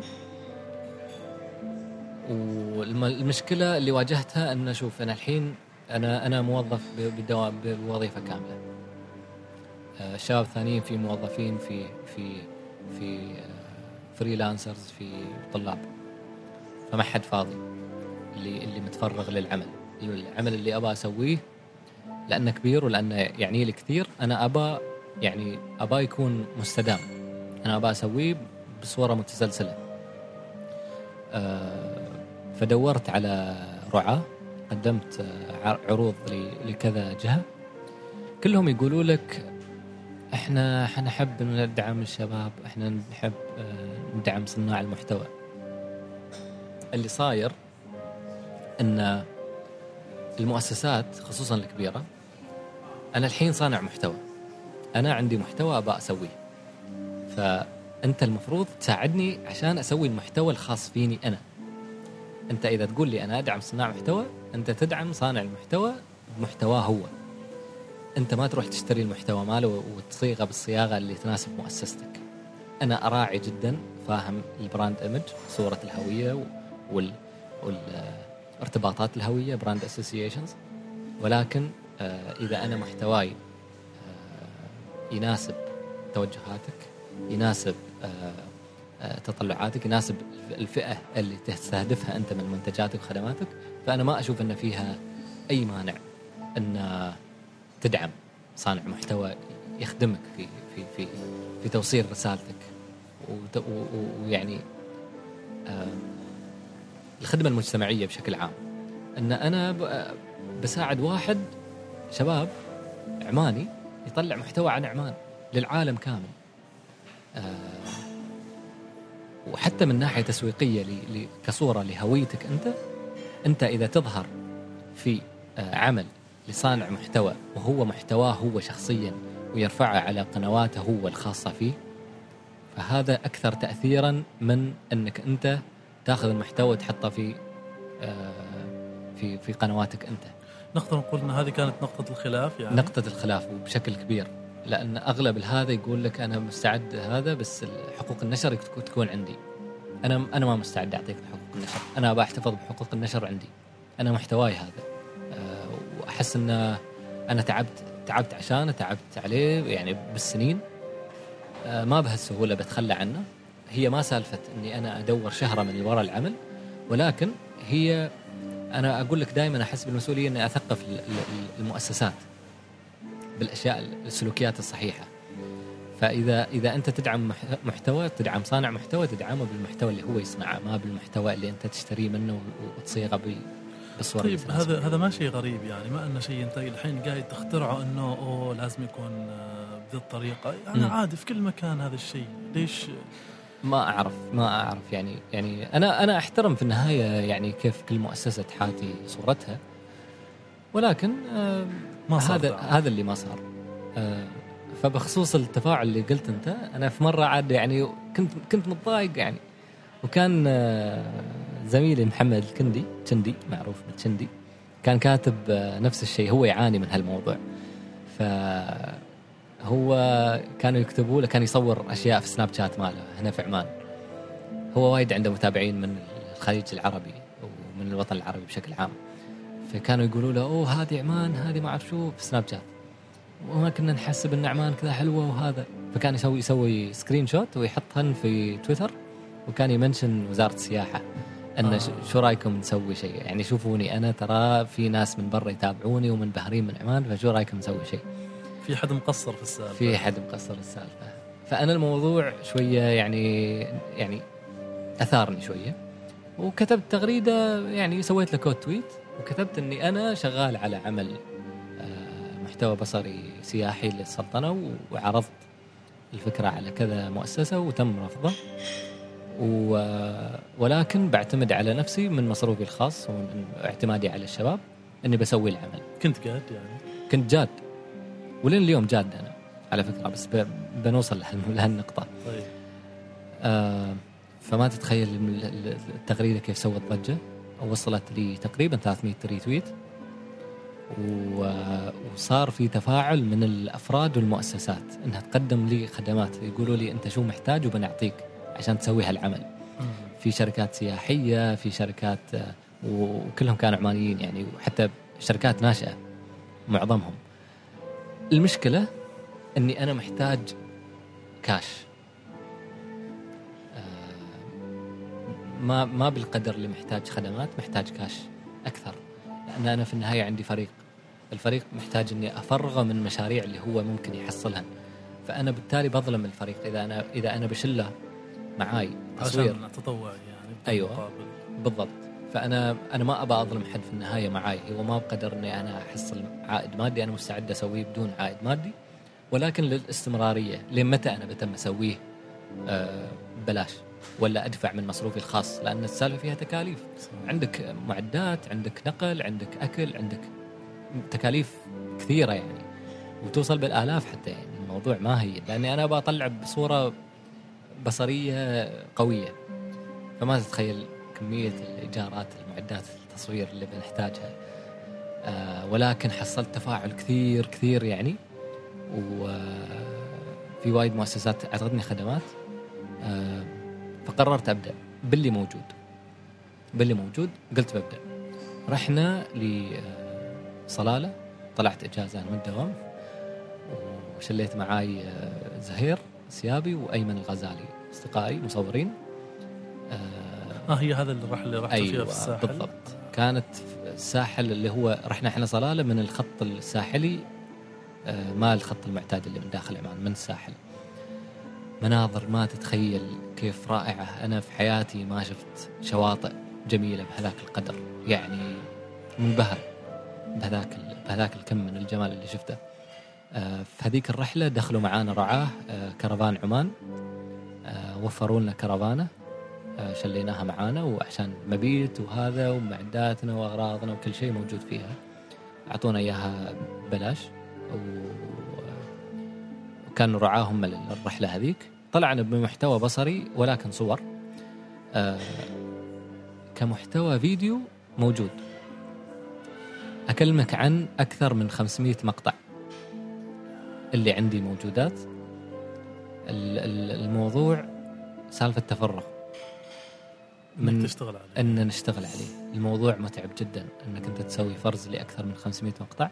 والمشكلة اللي واجهتها أن شوف، أنا الحين أنا موظف بوظيفة كاملة، الشباب الثانيين في موظفين في فريلانسرز، في طلاب، فما حد فاضي اللي متفرغ للعمل اللي أبى أسويه، لأنه كبير ولأنه يعني لي كثير. أنا أبى يكون مستدام، أنا أبى أسويه بصورة متسلسلة. فدورت على رعاة، قدمت عروض لكذا جهة، كلهم يقولوا لك احنا نحب ندعم الشباب، احنا نحب ندعم صناع المحتوى. اللي صاير ان المؤسسات خصوصا الكبيرة، انا الحين صانع محتوى، انا عندي محتوى ابى اسويه، فانت المفروض تساعدني عشان اسوي المحتوى الخاص فيني انا. انت اذا تقول لي انا ادعم صناع محتوى، انت تدعم صانع المحتوى بمحتواه هو، انت ما تروح تشتري المحتوى ماله وتصيغه بالصياغه اللي تناسب مؤسستك. انا اراعي جدا، فاهم البراند ايمج، صوره الهويه والارتباطات الهويه، براند اسوسيشنز، ولكن اذا انا محتواي يناسب توجهاتك، يناسب تطلعاتك، يناسب الفئه اللي تستهدفها انت من منتجاتك وخدماتك، فانا ما اشوف ان فيها اي مانع ان تدعم صانع محتوى يخدمك في توصيل رسالتك، ويعني الخدمة المجتمعية بشكل عام. أن أنا بساعد واحد شباب عماني يطلع محتوى عن عمان للعالم كامل. وحتى من ناحية تسويقية كصورة لهويتك أنت إذا تظهر في عمل لصانع محتوى وهو محتواه هو شخصيا ويرفعه على قنواته هو الخاصة فيه، فهذا أكثر تأثيرا من أنك أنت تأخذ المحتوى وتحطه في قنواتك أنت. نقدر نقول أن هذه كانت نقطة الخلاف، يعني نقطة الخلاف وبشكل كبير، لأن أغلب هذا يقول لك أنا مستعد هذا، بس حقوق النشر تكون عندي. أنا ما مستعد أعطيك حقوق النشر، أنا بحتفظ بحقوق النشر عندي، أنا محتواي هذا. وأحس أن أنا تعبت عشانه، تعبت عليه يعني بالسنين، ما بهالسهولة بتخلى عنه. هي ما سالفة أني أنا أدور شهرة من وراء العمل، ولكن هي أنا أقول لك دائما أحس بالمسؤولية أني أثقف المؤسسات بالأشياء السلوكيات الصحيحة. فإذا أنت تدعم محتوى، تدعم صانع محتوى، تدعمه بالمحتوى اللي هو يصنعه، ما بالمحتوى اللي أنت تشتريه منه وتصيغه بالصورة. طيب هذا ما شيء غريب يعني، ما أنه شيء أنت الحين قاعد تخترعه أنه لازم يكون بهذه الطريقة. يعني عادي في كل مكان هذا الشيء، ليش؟ ما أعرف يعني أنا أحترم في النهاية يعني كيف كل مؤسسة تحاتي صورتها، ولكن ما صار هذا اللي ما صار. فبخصوص التفاعل اللي قلت أنت، أنا في مرة عاد يعني كنت متضايق يعني، وكان زميلي محمد الكندي معروف بالكندي كان كاتب نفس الشيء، هو يعاني من هالموضوع. فهو كانوا يكتبوا له، كان يصور أشياء في سناب شات ماله هنا في عمان. هو وايد عنده متابعين من الخليج العربي ومن الوطن العربي بشكل عام، فكانوا يقولوا له هذه عمان، هذه ما أعرف شو في سناب شات، وما كنا نحسب ان عمان كذا حلوه وهذا. فكان يسوي سكرين شوت ويحطهن في تويتر، وكان يمنشن وزاره السياحه ان شو رايكم نسوي شيء، يعني شوفوني انا ترى في ناس من برا يتابعوني ومن بحرين من عمان، فشو رايكم نسوي شيء. في حد مقصر في السالفه. فانا الموضوع شويه يعني اثارني شويه، وكتبت تغريده، يعني سويت له كود تويت وكتبت اني انا شغال على عمل محتوى بصري سياحي للسلطنة، وعرضت الفكرة على كذا مؤسسة وتم رفضه، ولكن بعتمد على نفسي من مصروفي الخاص ومن اعتمادي على الشباب أني بسوي العمل. كنت جاد ولين اليوم جاد أنا على فكرة، بس بنوصل لهالنقطة. طيب. فما تتخيل التغريدة كيف سوت ضجة، ووصلت لي تقريبا 300 ريتويت، وصار في تفاعل من الأفراد والمؤسسات أنها تقدم لي خدمات، يقولوا لي أنت شو محتاج وبنعطيك عشان تسوي هالعمل. في شركات سياحية، في شركات، وكلهم كانوا عمانيين يعني، وحتى شركات ناشئة معظمهم. المشكلة أني أنا محتاج كاش، ما بالقدر اللي محتاج خدمات، محتاج كاش أكثر، لأن أنا في النهاية عندي الفريق محتاج أني أفرغه من مشاريع اللي هو ممكن يحصلها، فأنا بالتالي بظلم الفريق إذا أنا بشله معاي تصوير عشان تطوعي يعني. أيوة بالضبط. فأنا ما أبى أظلم حد في النهاية معاي، هو ما بقدر أني أنا أحصل عائد مادي، أنا مستعد أسويه بدون عائد مادي، ولكن للاستمرارية لين متى أنا بتم أسويه بلاش ولا أدفع من مصروفي الخاص، لأن السالفة فيها تكاليف. عندك معدات، عندك نقل، عندك أكل، عندك تكاليف كثيرة يعني، وتوصل بالآلاف حتى يعني. الموضوع ما هي لأني أنا بطلع بصورة بصرية قوية، فما تتخيل كمية الإيجارات، المعدات التصوير اللي بنحتاجها. ولكن حصلت تفاعل كثير يعني، وفي وايد مؤسسات أعطتني خدمات، فقررت أبدأ باللي موجود. قلت ببدأ. رحنا لصلالة، طلعت إجازة من الدوام، وشليت معاي زهير سيابي وأيمن الغزالي، أصدقائي مصورين. هي هذا الرحلة اللي رحت فيها في الساحل بالضبط. كانت الساحل اللي هو رحنا احنا صلالة من الخط الساحلي، ما الخط المعتاد اللي من داخل عمان، من الساحل. مناظر ما تتخيل كيف رائعة. أنا في حياتي ما شفت شواطئ جميلة بهذاك القدر، يعني منبهر بهذاك الكم من الجمال اللي شفته. في هذيك الرحلة دخلوا معانا رعاة كرفان عمان، وفروا لنا كرفانة شليناها معانا، وعشان مبيت وهذا ومعداتنا وأغراضنا وكل شيء موجود فيها، أعطونا إياها بلاش، وكانوا رعاهم الرحلة هذيك. طلعنا بمحتوى بصري ولكن صور، كمحتوى فيديو موجود. أكلمك عن أكثر من 500 مقطع اللي عندي موجودات. الموضوع سالفة تفرغ من تشتغل عليه، أن نشتغل عليه. الموضوع متعب جدا أنك أنت تسوي فرز لأكثر من 500 مقطع.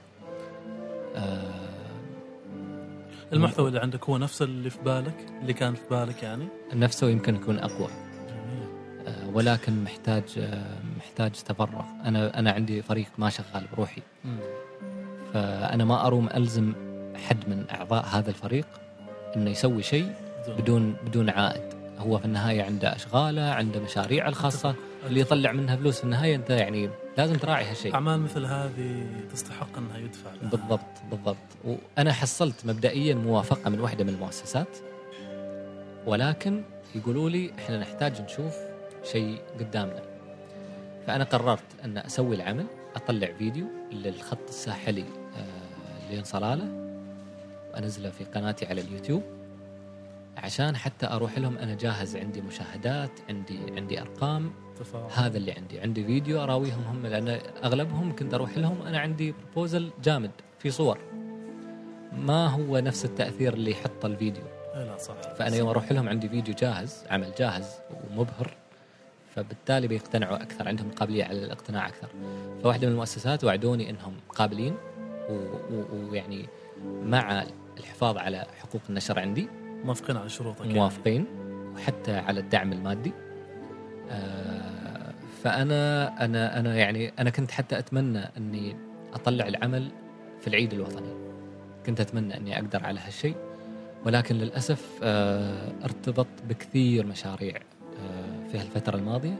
المحتوى اللي عندك هو نفس اللي في بالك، اللي كان في بالك يعني؟ نفسه يمكن يكون أقوى، ولكن محتاج تفرغ. أنا عندي فريق ما شغال بروحي، فأنا ما أروم ألزم حد من أعضاء هذا الفريق إنه يسوي شيء بدون عائد. هو في النهاية عنده أشغاله، عنده مشاريع الخاصة اللي يطلع منها فلوس. في النهاية أنت يعني لازم تراعي هالشيء. أعمال مثل هذه تستحق أنها يدفع لها. بالضبط. وأنا حصلت مبدئيا موافقة من واحدة من المؤسسات، ولكن يقولوا لي إحنا نحتاج نشوف شيء قدامنا. فأنا قررت أن أسوي العمل، أطلع فيديو للخط الساحلي لين صلالة، وأنزله في قناتي على اليوتيوب، عشان حتى أروح لهم أنا جاهز، عندي مشاهدات، عندي أرقام. هذا اللي عندي فيديو أراويهم هم، لأن أغلبهم كنت أروح لهم أنا عندي بروبوزل جامد في صور، ما هو نفس التأثير اللي يحط الفيديو. لا صح. فأنا يوم أروح لهم عندي فيديو جاهز، عمل جاهز ومبهر، فبالتالي بيقتنعوا أكثر، عندهم قابلية على الاقتناع أكثر. فواحدة من المؤسسات وعدوني إنهم قابلين ويعني مع الحفاظ على حقوق النشر عندي، موافقين على شروطك، موافقين يعني. وحتى على الدعم المادي. فأنا أنا يعني أنا كنت حتى أتمنى أني أطلع العمل في العيد الوطني، كنت أتمنى أني أقدر على هالشيء، ولكن للأسف ارتبط بكثير مشاريع في هالفترة الماضية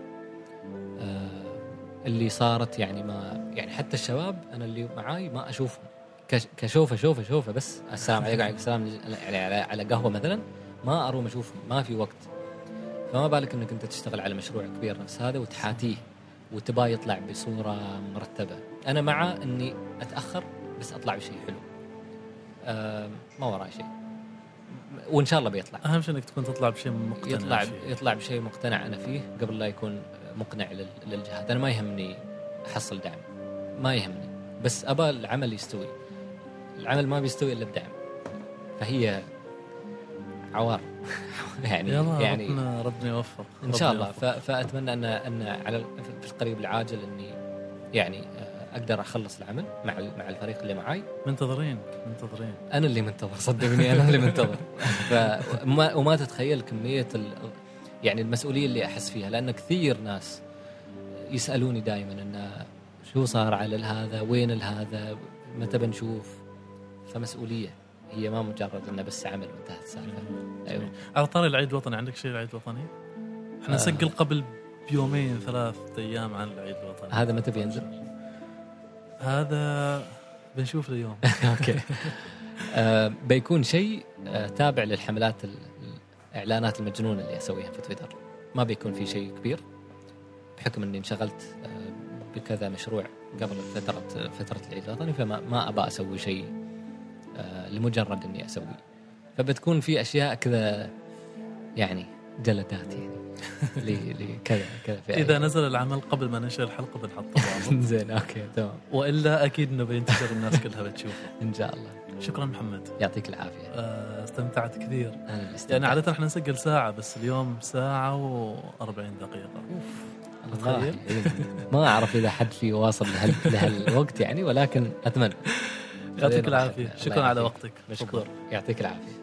اللي صارت يعني ما يعني حتى الشباب أنا اللي معاي ما أشوفهم كشوفة بس السلام عليكم وعليكم السلام يعني على قهوة مثلا، ما أروم أشوفهم، ما في وقت. فما بالك أنك أنت تشتغل على مشروع كبير نفس هذا وتحاتيه وتبا يطلع بصورة مرتبة. أنا مع أني أتأخر بس أطلع بشيء حلو، ما وراي شيء، وإن شاء الله بيطلع. أهم شيء أنك تكون تطلع بشيء مقتنع، يطلع بشيء مقتنع أنا فيه قبل لا يكون مقنع للجهات. أنا ما يهمني أحصل دعم، ما يهمني، بس أبا العمل يستوي. العمل ما بيستوي إلا بدعم، فهي عوار يعني ربنا يوفق إن شاء الله. فأتمنى أن على في القريب العاجل إني يعني أقدر أخلص العمل مع الفريق اللي معاي. منتظرين. أنا اللي منتظر، صدقني أنا اللي منتظر. وما تتخيل كمية يعني المسؤولية اللي أحس فيها، لأن كثير ناس يسألوني دائما إن شو صار على هذا، وين هذا، متى بنشوف. فمسؤولية، هي ما مجرد إنه بس عمل وانتهت السالفة. أيوة. على طاري العيد الوطني، عندك شيء العيد الوطني؟ احنا نسجل قبل بيومين 3 أيام عن العيد الوطني. هذا متى بينزل؟ هذا بنشوف اليوم. أوكي. بيكون شيء تابع للحملات الإعلانات المجنونة اللي أسويها في تويتر. ما بيكون في شيء كبير بحكم أني انشغلت بكذا مشروع قبل فترة العيد الوطني، فما أبى أسوي شيء لمجرد أني أسوي. فبتكون في أشياء كذا يعني جلدات يعني لكذا إذا نزل العمل قبل ما ننشر الحلقة بنحطه. زين أوكي تمام. وإلا أكيد إنه بينتشر، الناس كلها بتشوفه إن شاء الله. شكرا محمد، يعطيك العافية. استمتعت كثير. يعني عادة احنا نسجل ساعة، بس اليوم 1 ساعة و40 دقيقة. تخيل. ما أعرف إذا حد فيه واصل لهالوقت يعني، ولكن أتمنى. يعطيك العافية، شكرا على وقتك. مشكور، يعطيك العافية.